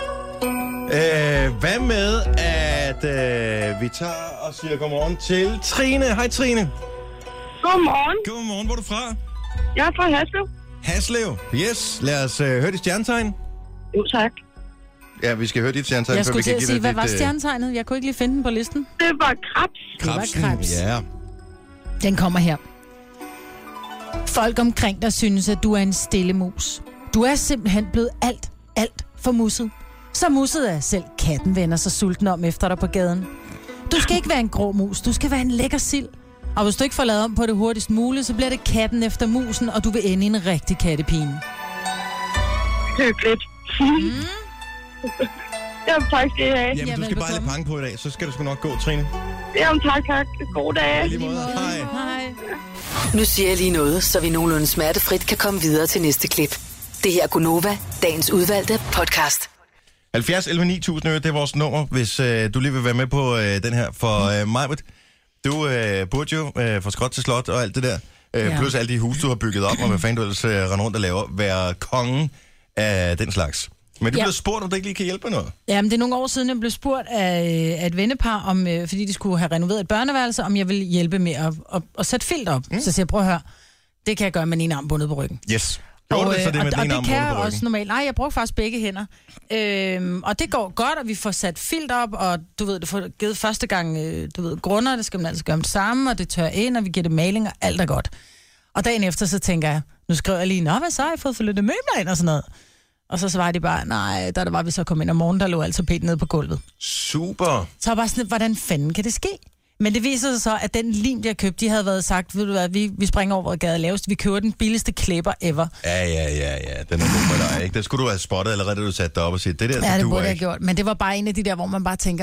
Hvad med, at vi tager og siger godmorgen til Trine. Hej, Trine. Godmorgen. Godmorgen, hvor er du fra? Jeg er fra Haslev. Haslev. Yes, lad os høre dit stjernetegn. Jo, tak. Ja, vi skal høre dit stjernetegn. Jeg før skulle vi til kan at give sige, dig hvad dit, var stjernetegnet? Jeg kunne ikke lige finde den på listen. Det var krebs. Krebsen, Det var krebs. ja. Den kommer her. Folk omkring dig synes, at du er en stille mus. Du er simpelthen blevet alt for musset. Så musset er selv katten vender sig sulten om efter dig på gaden. Du skal ikke være en grå mus, du skal være en lækker sild. Og hvis du ikke får lavet om på det hurtigst muligt, så bliver det katten efter musen, og du vil ende i en rigtig kattepine. Hyggeligt. Jamen, tak skal I have. Jamen, du skal bare lidt penge på i dag, så skal det sgu nok gå, Trine. Jamen, tak. God dag. I lige måde. Hej. Hej. Nu siger jeg lige noget, så vi nogenlunde smertefrit kan komme videre til næste klip. Det her er Gunova, dagens udvalgte podcast. 70 11 9000, det er vores nummer, hvis du lige vil være med på den her. For Majbert, du burde jo fra skråt til slot og alt det der, plus alle de huse, du har bygget op, og hvad fanden du ellers render rundt og laver, være kongen af den slags. Men du blev spurgt, om du ikke lige kan hjælpe med noget. Jamen, det er nogle år siden, jeg blev spurgt af et vennepar, om, fordi de skulle have renoveret et børneværelse, om jeg ville hjælpe med at sætte filter op. Så siger jeg, prøv at høre, det kan jeg gøre med en arm bundet på ryggen. Yes. Gjorde det så det med den ene arm bundet på ryggen? Og det kan jeg også normalt. Nej, jeg bruger faktisk begge hænder. Og det går godt, og vi får sat filter op, og du ved, det får givet første gang, grunder, det skal man altså gøre med det samme, og det tør ind, og vi giver det maling, og alt er godt. Og dagen efter, så tænker jeg, nu skriver jeg lige, nå, hvad så har jeg fået flyttet møbler ind og sådan noget. Og så svarede de bare, nej, da var vi så kom ind om morgenen, der lå altså pænt nede på gulvet. Super. Så var bare sådan, hvordan fanden kan det ske? Men det viser sig så, at den lim, jeg købte, de havde været sagt, ved du hvad, vi springer over gade lavest, vi køber den billigste klipper ever. Ja, den er god med dig, ikke? Det skulle du have spottet allerede, da du satte dig op og sige, det der, ja, det burde jeg have gjort. Men det var bare en af de der, hvor man bare tænker,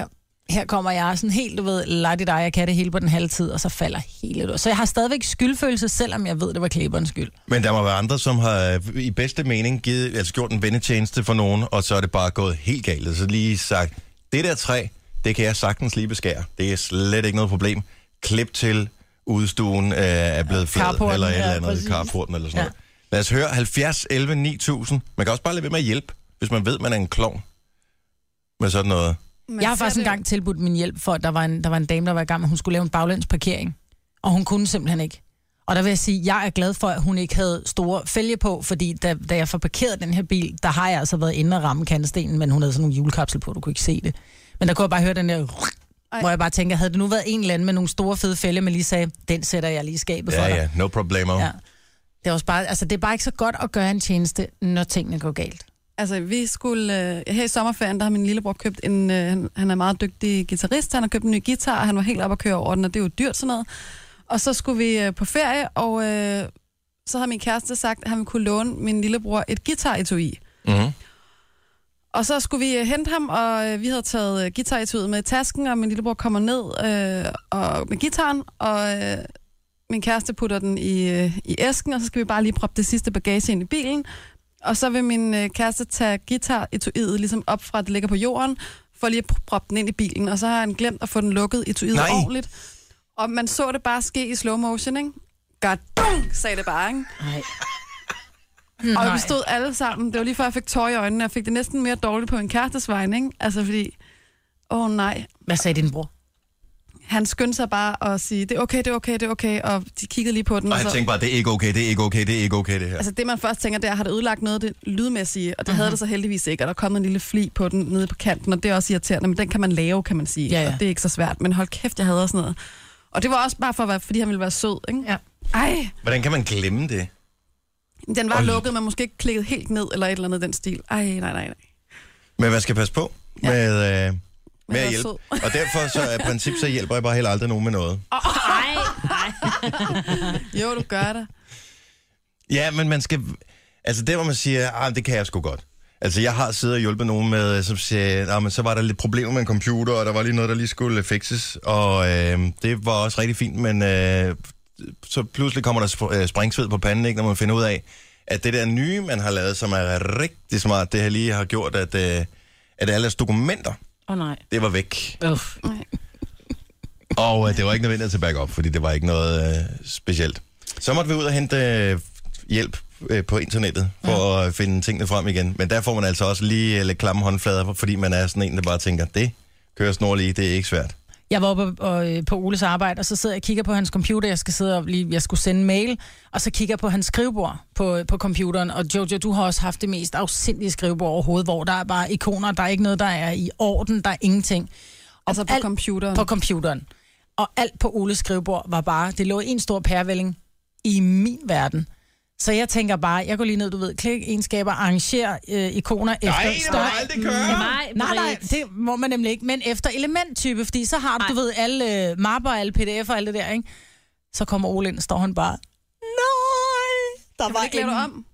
her kommer jeg sådan helt, du ved, lad det dig, jeg kan det hele på den halve tid, og så falder hele ud. Så jeg har stadigvæk skyldfølelse, selvom jeg ved, det var Kleberens skyld. Men der må være andre, som har i bedste mening gjort en vennetjeneste for nogen, og så er det bare gået helt galt. Så lige sagt, det der træ, det kan jeg sagtens lige beskære. Det er slet ikke noget problem. Klip til udstuen er blevet flad, eller et eller andet, carporten eller sådan noget. Lad os høre 70 11 9000. Man kan også bare lade være med at hjælpe, hvis man ved, man er en klovn med sådan noget. Jeg har faktisk engang tilbudt min hjælp for, at der var en dame, der var i gang med, hun skulle lave en baglæns parkering. Og hun kunne simpelthen ikke. Og der vil jeg sige, at jeg er glad for, at hun ikke havde store fælge på, fordi da jeg får parkeret den her bil, der har jeg altså været inde og ramme kantestenen, men hun havde sådan nogle hjulkapsel på, du kunne ikke se det. Men der kunne jeg bare høre den der, hvor jeg bare tænker, havde det nu været en eller anden med nogle store fede fælge, man lige sagde, den sætter jeg lige i skabet for dig. Ja, no problemo. Ja. Det er også bare, altså det er bare ikke så godt at gøre en tjeneste, når tingene går galt. Altså, vi skulle... her i sommerferien, der har min lillebror købt en... han er en meget dygtig guitarist. Han har købt en ny guitar, og han var helt op at køre over den, og det er jo dyrt sådan noget. Og så skulle vi på ferie, og så har min kæreste sagt, at han ville kunne låne min lillebror et guitar-etui. Mm-hmm. Og så skulle vi hente ham, og vi havde taget guitar-etuiet med i tasken, og min lillebror kommer ned og med guitaren, og min kæreste putter den i æsken, og så skal vi bare lige proppe det sidste bagage ind i bilen. Og så vil min kæreste tage guitar-etuiet ligesom op fra, at det ligger på jorden, for lige at proppe den ind i bilen. Og så har han glemt at få den lukket etuiet ordentligt. Og man så det bare ske i slow motion, ikke? Gadung, sagde det bare, ikke? Nej. Og vi stod alle sammen. Det var lige før, jeg fik tår i øjnene. Jeg fik det næsten mere dårligt på en kærestes vegne, ikke? Altså fordi, nej. Hvad sagde din bror? Han skyndte sig bare at sige, det er okay, det er okay, det er okay, og de kiggede lige på den. Og han tænkte bare, det er ikke okay, det er ikke okay, det er ikke okay, det her. Altså det, man først tænker, det er, har det ødelagt noget af det lydmæssige, og det havde det så heldigvis ikke, og der kom en lille fli på den nede på kanten, og det er også irriterende, men den kan man lave, kan man sige, og det er ikke så svært, men hold kæft, jeg havde sådan noget. Og det var også bare fordi han ville være sød, ikke? Ja. Ej. Hvordan kan man glemme det? Den var lukket, man måske ikke klikket helt ned, eller et eller andet den stil. Nej. Men man skal passe på med at hjælpe. Og derfor så er princip, så hjælper jeg bare heller aldrig nogen med noget. Nej. Jo, du gør det. Ja, men man skal... Altså det, hvor man siger, det kan jeg sgu godt. Altså jeg har siddet og hjulpet nogen med, som siger, men så var der lidt problemer med en computer, og der var lige noget, der lige skulle fikses. Og det var også rigtig fint, men så pludselig kommer der springsved på panden, ikke, når man finder ud af, at det der nye, man har lavet, som er rigtig smart, det her lige har gjort, at alle deres dokumenter, nej. det var væk. Og det var ikke nødvendigt til backup, fordi det var ikke noget specielt. Så måtte vi ud og hente hjælp på internettet for at finde tingene frem igen. Men der får man altså også lige lidt klamme håndflader, fordi man er sådan en, der bare tænker, det kører snor lige, det er ikke svært. Jeg var oppe på Oles arbejde, og så sidder jeg og kigger på hans computer. Jeg skulle sende mail, og så kigger jeg på hans skrivebord på computeren. Og Jojo, du har også haft det mest afsindige skrivebord overhovedet, hvor der er bare ikoner, der er ikke noget, der er i orden, der er ingenting. Og altså på computeren? På computeren. Og alt på Oles skrivebord var bare, det lå en stor pærevælling i min verden. Så jeg tænker bare, jeg går lige ned, du ved, klik egenskaber, arranger ikoner efter størrelse. Nej, aldrig køre. Nej, det må man nemlig ikke, men efter elementtype, fordi så har du, du ved, alle mapper, alle pdf'er og alt det der, ikke? Så kommer Ole ind, står han bare, nej, der var ikke lave om.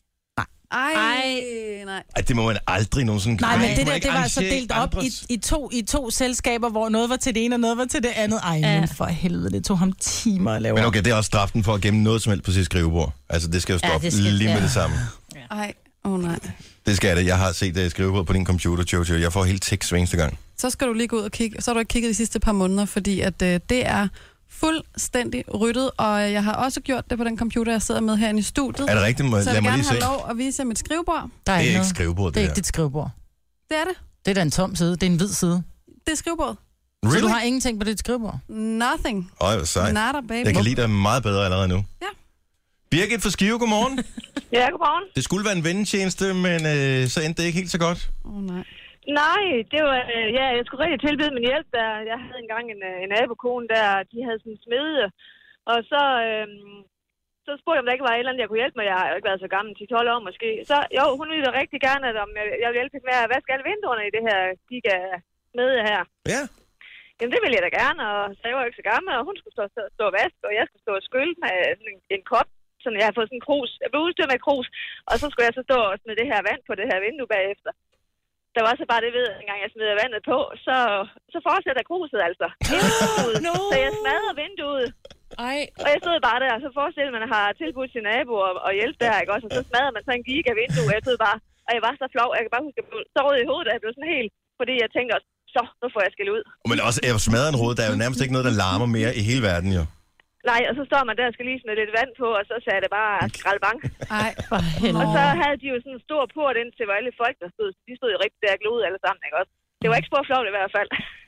Nej. Det må man aldrig nogensinde gøre. Nej, men det var så delt op i to selskaber, hvor noget var til det ene, og noget var til det andet. Men for helvede, det tog ham timer at lave. Men okay, det er også straffen for at gemme noget som helst på sit skrivebord. Altså, det skal jo stoppe lige med det samme. Nej. Det skal det. Jeg har set skrivebord på din computer, Jojo. Jeg får helt tekst hver eneste gang. Så skal du lige gå ud og kigge. Så har du ikke kigget de sidste par måneder, fordi at det er fuldstændig ryddet, og jeg har også gjort det på den computer, jeg sidder med herinde i studiet. Er det rigtigt? Så jeg vil gerne have lov at vise jer mit skrivebord. Det er ikke skrivebord, det er ikke dit skrivebord. Det er det. Det er da en tom side. Det er en hvid side. Det er skrivebordet. Really? Så du har ingenting på dit skrivebord? Nothing. Hvor sejt. Nada, baby. Jeg kan lide dig meget bedre allerede nu. Ja. Birgit fra Skive, godmorgen. Ja, godmorgen. Det skulle være en vennetjeneste, men så endte det ikke helt så godt. Nej. Nej, det var, jeg skulle rigtig tilbyde min hjælp der. Jeg havde engang en nabokone der, de havde sådan en smede, og så spurgte jeg, om der ikke var et eller andet, jeg kunne hjælpe med. Jeg har jo ikke været så gammel, 10-12 år måske. Så jo, hun ville da rigtig gerne, at jeg ville hjælpe med at vaske alle vinduerne i det her giga-smede her. Ja. Jamen, det ville jeg da gerne, og så jeg var jo ikke så gammel, og hun skulle stå og vaske, og jeg skulle stå og skylle med en kop. Sådan, jeg har fået sådan en krus. Jeg blev udstyret med krus, og så skulle jeg så stå og smide det her vand på det her vindue bagefter. der var så bare det ved, at engang jeg smider vandet på, så fortsætter kruset altså. Så jeg smadrer vinduet. Ej. Og jeg stod bare der, og så forestiller man, at man har tilbudt sin nabo og hjælpe der, ikke også? Og så smadrer man så en giga-vindue, og jeg stod bare, og jeg var så flov, jeg kan bare huske, at jeg blev så rød i hovedet, at jeg blev sådan helt, fordi jeg tænkte også, så, nu får jeg skæld ud. Men også, jeg smadrer en hoved, der er jo nærmest ikke noget, der larmer mere i hele verden, jo. Nej, og så står man der og skal lige smide lidt vand på, og så sagde det bare skraldebang. Ej, for helvede. Og så havde de jo sådan en stor port ind til, hvor alle folk, der stod, de stod jo rigtig der og glod alle sammen, ikke også? Det var ikke spor flot i hvert fald.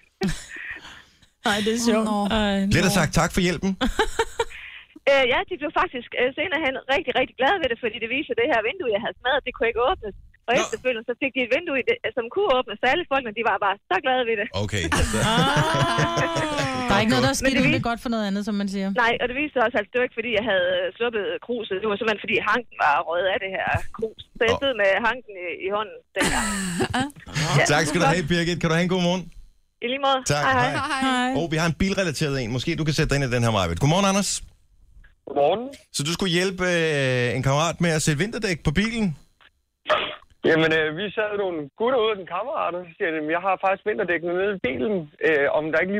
Nej, det er sjovt. Bliver der sagt tak for hjælpen? Ja, de blev faktisk senere hen rigtig, rigtig glade ved det, fordi det viser, at det her vindue, jeg havde smadret, det kunne ikke åbnes. Og efterfølgende så fik de et vindue, som kunne åbnes, så alle folkene, de var bare så glade ved det. Okay. Der er ikke noget, der er skidt ud, det er godt for noget andet, som man siger. Nej, og det viste også, at det var ikke, fordi jeg havde sluppet kruset. Det var simpelthen, fordi hanken var røget af det her krus. Så jeg stod med hanken i hånden dengang. Ja. Tak skal du have, Birgit. Kan du have en god morgen? I lige måde. Tak. Hej. Og vi har en bilrelateret en. Måske du kan sætte dig ind i den her, Majbet. Godmorgen, Anders. Godmorgen. Så du skulle hjælpe en kammerat med at sætte vinterdæk på bilen? Jamen, vi sad nogle gutter ude af den kammerat, og så siger de, jeg har faktisk vinterdækkene nede i bilen, om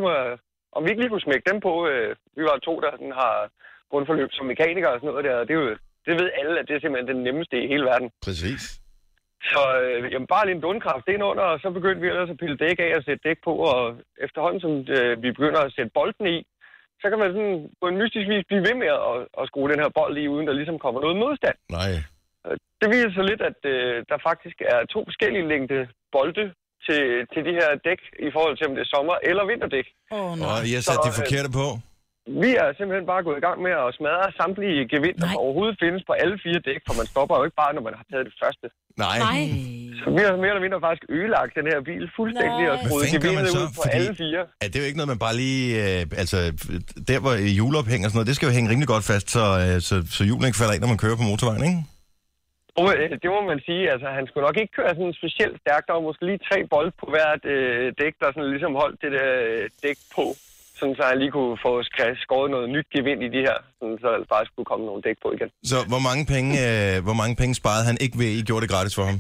vi ikke lige kunne smække dem på. Vi var to, der sådan har grundforløb som mekanikere og sådan noget der, og det ved alle, at det er simpelthen den nemmeste i hele verden. Præcis. Så jamen, bare lige en bundkraft ind under, og så begyndte vi ellers at pille dæk af og sætte dæk på, og efterhånden som vi begynder at sætte bolden i, så kan man sådan på en mystisk vis blive ved med at skrue den her bold i, uden der ligesom kommer noget modstand. Nej. Det viser så lidt, at der faktisk er 2 forskellige længde bolde til de her dæk, i forhold til om det er sommer- eller vinterdæk. Og I har sat de forkerte på? Vi er simpelthen bare gået i gang med at smadre samtlige gevinter, der overhovedet findes på alle 4 dæk, for man stopper jo ikke bare, når man har taget det første. Nej. Så vi har mere eller mindre faktisk ødelagt den her bil fuldstændig og skruet gevindet ud på alle 4. Det er jo ikke noget, man bare lige... der hvor hjulophæng og sådan noget, det skal jo hænge rimelig godt fast, så hjulen ikke falder ind, når man kører på motorvejen, ikke? Det må man sige. Altså, han skulle nok ikke køre sådan specielt stærkt. Der var måske lige 3 bold på hvert dæk, der sådan ligesom holdt det der dæk på. Sådan, så han lige kunne få skåret noget nyt gevind i de her, sådan, så der faktisk kunne komme nogle dæk på igen. Så hvor mange penge sparede han ikke ved, I gjorde det gratis for ham?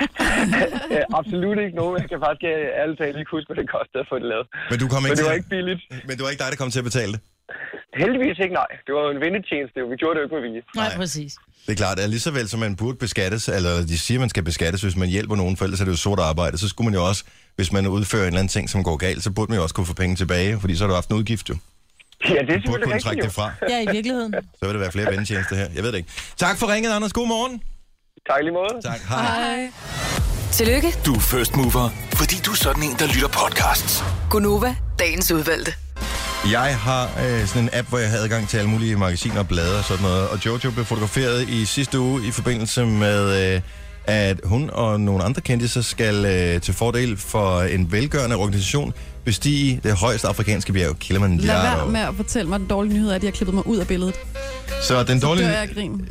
Absolut ikke nogen. Jeg kan faktisk ærligt talt ikke huske, hvad det kostede at få det lavet. Men det var ikke billigt. Men det var ikke dig, der kom til at betale det? Heldigvis ikke, nej. Det var jo en vindetjeneste. Vi gjorde det jo ikke med vilje. Nej, præcis. Det er klart, at lige så vel som man burde beskattes, eller de siger, man skal beskattes, hvis man hjælper nogen, for ellers er det jo sort arbejde, så skulle man jo også, hvis man udfører en eller anden ting, som går galt, så burde man jo også kunne få penge tilbage, fordi så har du haft en udgift jo. Ja, det er selvfølgelig rigtigt trække det fra. Ja, i virkeligheden. Så vil der være flere vendetjenester her. Jeg ved det ikke. Tak for ringet, Anders. God morgen. Tak lige måde. Tak. Hej. Tillykke. Du er first mover, fordi du er sådan en, der lytter podcasts. Gunova, dagens udvalgte. Jeg har sådan en app, hvor jeg havde adgang til alle mulige magasiner og blade og sådan noget. Og Jojo blev fotograferet i sidste uge i forbindelse med, at hun og nogle andre kendte skal til fordel for en velgørende organisation bestige det højeste afrikanske bjerg, Kilimanjaro. Lad være med at fortælle mig den dårlige nyhed, at de har klippet mig ud af billedet. Så den dårlige... Så dør jeg af grin.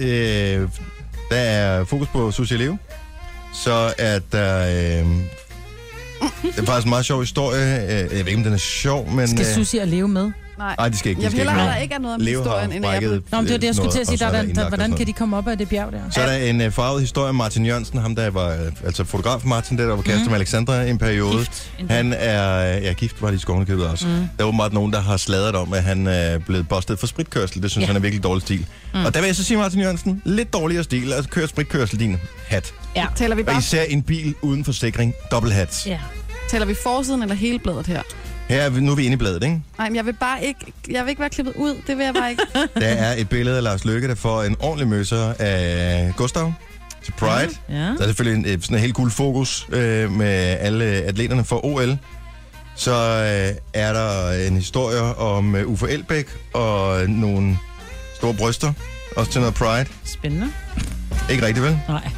Der er fokus på Susie Leo. Så er der... det er faktisk en meget sjov historie. Jeg ved ikke, om den er sjov, men... Skal Susie at leve med? Nej, de skal ikke. Jeg vil hellere, der ikke er noget om historien, end jeg vil. Nå, men det er det, jeg skulle til at sige. Hvordan kan de komme op af det bjerg der? Så er der en farvet historie om Martin Jørgensen, ham der var, altså fotograf Martin, der var kæreste med Alexandra i en periode. Gift. Han er gift, var de i skovnekøbet også. Der er åbenbart nogen, der har sladret om, at han er blevet bustet for spritkørsel. Det synes han er virkelig dårlig stil. Og der vil jeg så sige, Martin Jørgensen, lidt dårligere stil. Altså kør spritkørsel, din hat. Ja. Taler vi bare... Og især en bil uden forsikring, dobbelt hat. Ja. Taler vi forsiden eller hele bladet her? Nu er vi inde i bladet, ikke? Nej, men jeg vil ikke være klippet ud. Det vil jeg bare ikke. Der er et billede af Lars Løkke, der får en ordentlig møsser af Gustav til Pride. Ja. Der er selvfølgelig sådan en helt cool fokus med alle atleterne for OL. Så er der en historie om Uffe Elbæk og nogle store bryster. Også til noget Pride. Spændende. Ikke rigtigt, vel? Nej.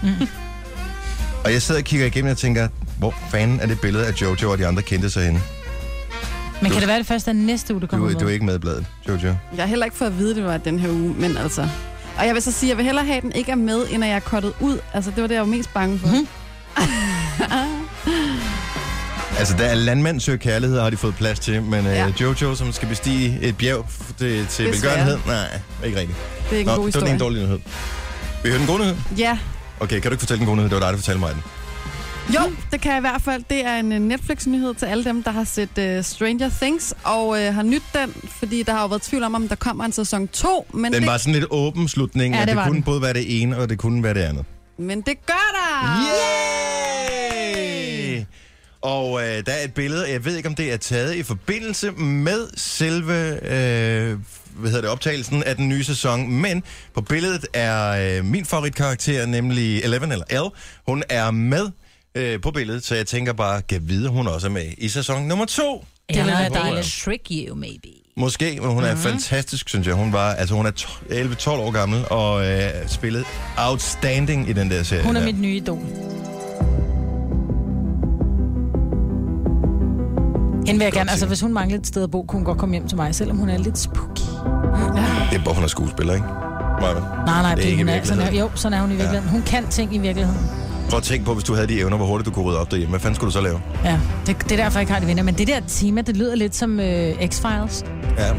Og jeg sidder og kigger igennem og tænker, hvor fanden er det billede af Jojo og de andre kendte sig henne? Men kan det være det først næste uge, der kommer Du er ikke med i bladet, Jojo. Jeg har heller ikke fået at vide, det var den her uge, men altså... Og jeg vil så sige, jeg vil hellere have, at den ikke er med, end at jeg er kottet ud. Altså, det var det, jeg var mest bange for. Altså, der er landmand søger kærlighed, har de fået plads til, men Jojo, som skal bestige et bjerg til velgørenhed, nej, ikke rigtigt. Det er ikke en god historie. Det var en dårlig nyhed. Vil I høre den gode nyhed? Ja. Okay, kan du ikke fortælle den gode nyhed? Det var dig, der fortalte mig den. Jo, det kan jeg i hvert fald. Det er en Netflix-nyhed til alle dem, der har set Stranger Things, og har nydt den, fordi der har jo været tvivl om der kommer en sæson 2. Men den var sådan lidt åben slutning, Ja, at det det var kunne den. både være det ene, og det kunne være det andet. Men det gør der! Yay! Og der er et billede, jeg ved ikke, om det er taget i forbindelse med selve optagelsen af den nye sæson, men på billedet er min favoritkarakter, nemlig Eleven, eller L, hun er med på billedet, så jeg tænker bare, kan vide, hun også er med i sæson nummer 2. Eller er they dejligt. will trick you, maybe. Måske, men hun er fantastisk, synes jeg. Hun er 11-12 år gammel og spillet outstanding i den der serie. Hun er her. mit nye idol. Hende vil jeg gerne, altså hvis hun mangler et sted at bo, kunne hun godt komme hjem til mig, selvom hun er lidt spooky. Det er bare, hun er skuespiller, ikke? Nej, det er ikke hun i er, sådan er, jo, sådan er hun i virkeligheden. Ja. Hun kan ting i virkeligheden. Prøv at tænke på, hvis du havde de evner, hvor hurtigt du kunne rydde op derhjemme. Hvad fanden skulle du så lave? Ja, det er derfor, jeg ikke har det venner. Men det der tema, det lyder lidt som X-Files. Ja.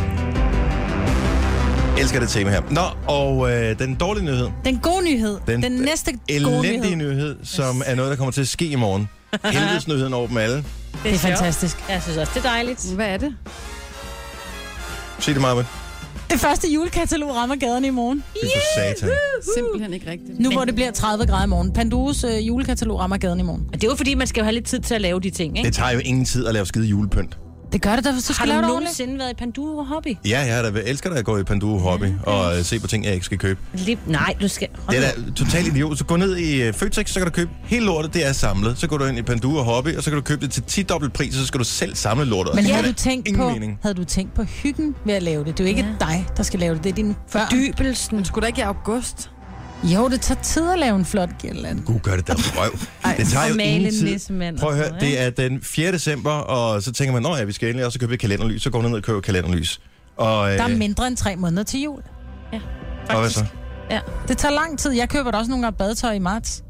Elsker det tema her. Nå, og den dårlige nyhed. Den gode nyhed. Den næste gode elendige nyhed. nyhed, som er noget, der kommer til at ske i morgen. Helvedesnyheden over dem alle. Det er fantastisk. Jeg synes også, det er dejligt. Hvad er det? Sig det, Marvind. Det første julekatalog rammer gaderne i morgen. Det er for satan. Simpelthen ikke rigtigt. Nu hvor det bliver 30 grader i morgen. Pandues julekatalog rammer gaden i morgen. Og det er jo fordi, man skal jo have lidt tid til at lave de ting, ikke? Det tager jo ingen tid at lave skide julepynt. Det gør det da, hvis du skal Har lave du det ordentligt. nogensinde været i Panduro Hobby? Ja, jeg elsker da at gå i Panduro Hobby og se på ting, jeg ikke skal købe. Nej, du skal... Det er da totalt idiot. Så gå ned i Føtex, så kan du købe hele lortet, det er samlet. Så går du ind i Panduro Hobby, og så kan du købe det til 10-dobbelt pris, og så skal du selv samle lortet. Men Det havde giver du, tænkt ingen på, mening. havde du tænkt på hyggen ved at lave det? Det er jo ikke dig, der skal lave det. Det er din Fordybelsen. Men skulle da ikke i august? Jo, det tager tid at lave en flot girlande. Gud, gør det der røv. Det tager jo ingen tid. Prøv at høre, det er den 4. december, og så tænker man, nå ja, vi skal endelig også købe et kalenderlys. Så går man ned og køber kalenderlys. Og, Der er mindre end 3 måneder til jul. Ja, og hvad så? Ja. Det tager lang tid. Jeg køber da også nogle gange badetøj i marts.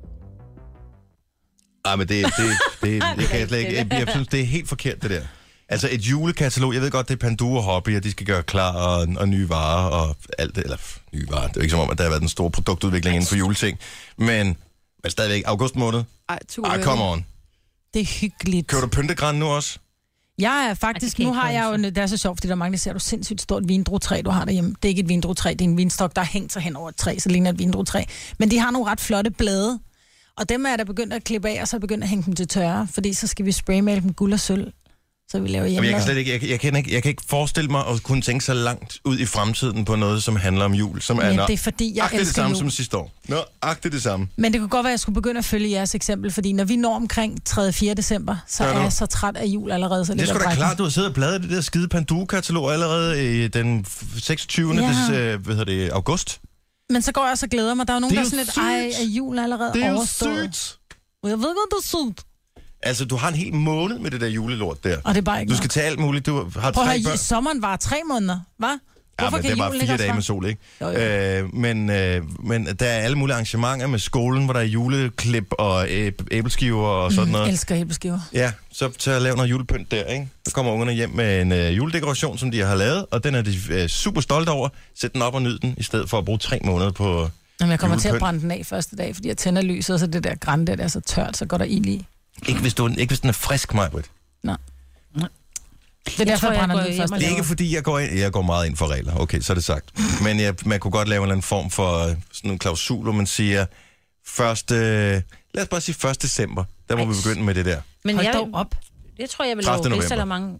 Men det kan jeg slet ikke. Jeg synes, det er helt forkert, det der. Altså et julekatalog, jeg ved godt, det er Panduro Hobby, og de skal gøre klar, og nye varer, og alt det, eller nye varer. Det er jo ikke som om, at der har været den store produktudvikling inden for juleting. Men stadigvæk august måned. Come on. Det er hyggeligt. Køber du pyntegran nu også? Jeg er faktisk, nu har jeg jo, det er så sjovt, fordi der er mange, der ser, du sindssygt stort vindruetræ, du har derhjemme. Det er ikke et vindruetræ, det er en vinstok, der er hængt sig hen over et træ, så ligner et vindruetræ. Men de har nogle ret flotte blade, og dem er jeg da begyndt at klippe af, og så er jeg begyndt at hænge dem til tørre, fordi så skal vi spraymale dem guld og sølv. Så vi laver hjemme. Jeg kan slet ikke, jeg kan ikke forestille mig at kunne tænke så langt ud i fremtiden på noget, som handler om jul, som Men det er fordi, jeg elsker det samme jul. som sidste år. Nøjagtigt det samme. Men det kunne godt være, at jeg skulle begynde at følge jeres eksempel, fordi når vi når omkring 3. 4. december, så er jeg så træt af jul allerede. Så det er sgu da klart, du har siddet og bladret det der skide Panduro-katalog allerede i den 26. August. Men så går jeg og så glæder mig. Der er jo nogen, Det der er er sådan lidt, er julen allerede Det er jo overstået? sygt. Jeg ved godt, det er sygt. Altså, du har en hel måned med det der julelort der. Og det er bare ikke Du skal til alt muligt. Du har Prøv 3 at børn. høre, sommeren var 3 måneder, hva'? Ja, men det var 4 dage med sol, ikke? Jo. Men der er alle mulige arrangementer med skolen, hvor der er juleklip og æbleskiver og sådan noget. Jeg elsker æbleskiver. Ja, så lav noget julepynt der, ikke? Så kommer ungerne hjem med en juledekoration, som de har lavet, og den er de super stolte over. Sæt den op og nyd den, i stedet for at bruge 3 måneder på Jamen, jeg kommer til at julepynt. brænde den af første dag, fordi jeg tænder lyset, og så det der græn der er så tørt, så går der ild i. Ikke hvis den er frisk, Majbrit. Nej. Det er derfor, jeg brænder den ud først. Det er ikke fordi, jeg går meget ind for regler. Okay, så er det sagt. Men man kunne godt lave en eller anden form for sådan en klausul, hvor man siger, lad os bare sige 1. december. Der må vi begynde med det der. Men hold dog op. Jeg tror, jeg vil 30. lave november. risalamande.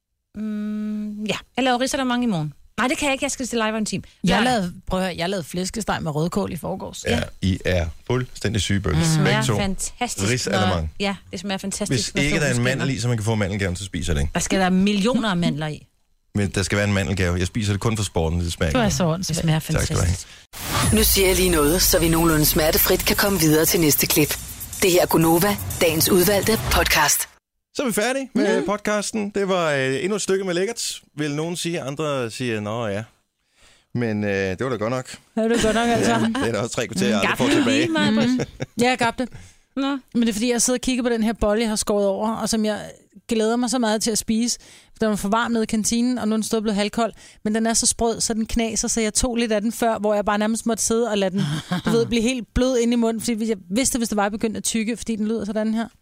Ja, jeg laver risalamande i morgen. Nej, det kan jeg ikke. Jeg skal til live en time. Jeg lavede flæskesteg med rødkål i forgårs. Ja, I er fuldstændig syge bøger. Det smager Begge to. fantastisk. Risalamande. Ja, det smager fantastisk. Hvis ikke der er en mandel i, så man kan få mandelgaven, så spiser jeg det ikke. Der skal der millioner af mandler i. Men der skal være en mandelgave. Jeg spiser det kun for sporten, det smager Det var ikke. så Det smager Tak skal du fantastisk. Nu siger jeg lige noget, så vi nogenlunde smertefrit kan komme videre til næste klip. Det her er Gunova, dagens udvalgte podcast. Så er vi færdige med podcasten. Det var endnu et stykke med lækkert, vil nogen sige. Andre siger, nå ja. Men det var da godt nok. Ja, det er godt nok, altså. Det er da også 3 kvarter, jeg aldrig får tilbage. Ja, jeg gabte. Nå. Men det er fordi, jeg sidder og kigger på den her bolle, jeg har skåret over, og som jeg glæder mig så meget til at spise. Den var for varm nede i kantinen, og nu er den stået blevet halvkold. Men den er så sprød, så den knaser, så jeg tog lidt af den før, hvor jeg bare nærmest måtte sidde og lade den, blive helt blød ind i munden. Fordi jeg vidste, hvis det var, jeg begyndte at tygge, fordi den lyder sådan her.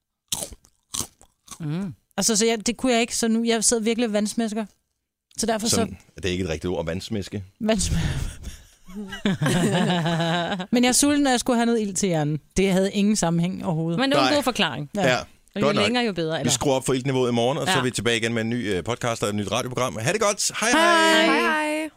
Altså, så det kunne jeg ikke, så nu jeg sidder virkelig vandsmæsker. Så derfor så... Det er ikke et rigtigt ord, vandsmæske. Men jeg er sulten, når jeg skulle have noget ild til hjernen. Det havde ingen sammenhæng overhovedet. Men det var en god forklaring. Ja. Jo længere, jo bedre. Vi skruer op for iltniveauet i morgen, og så er vi tilbage igen med en ny podcast og et nyt radioprogram. Ha' det godt. Hej hej. Hej hej.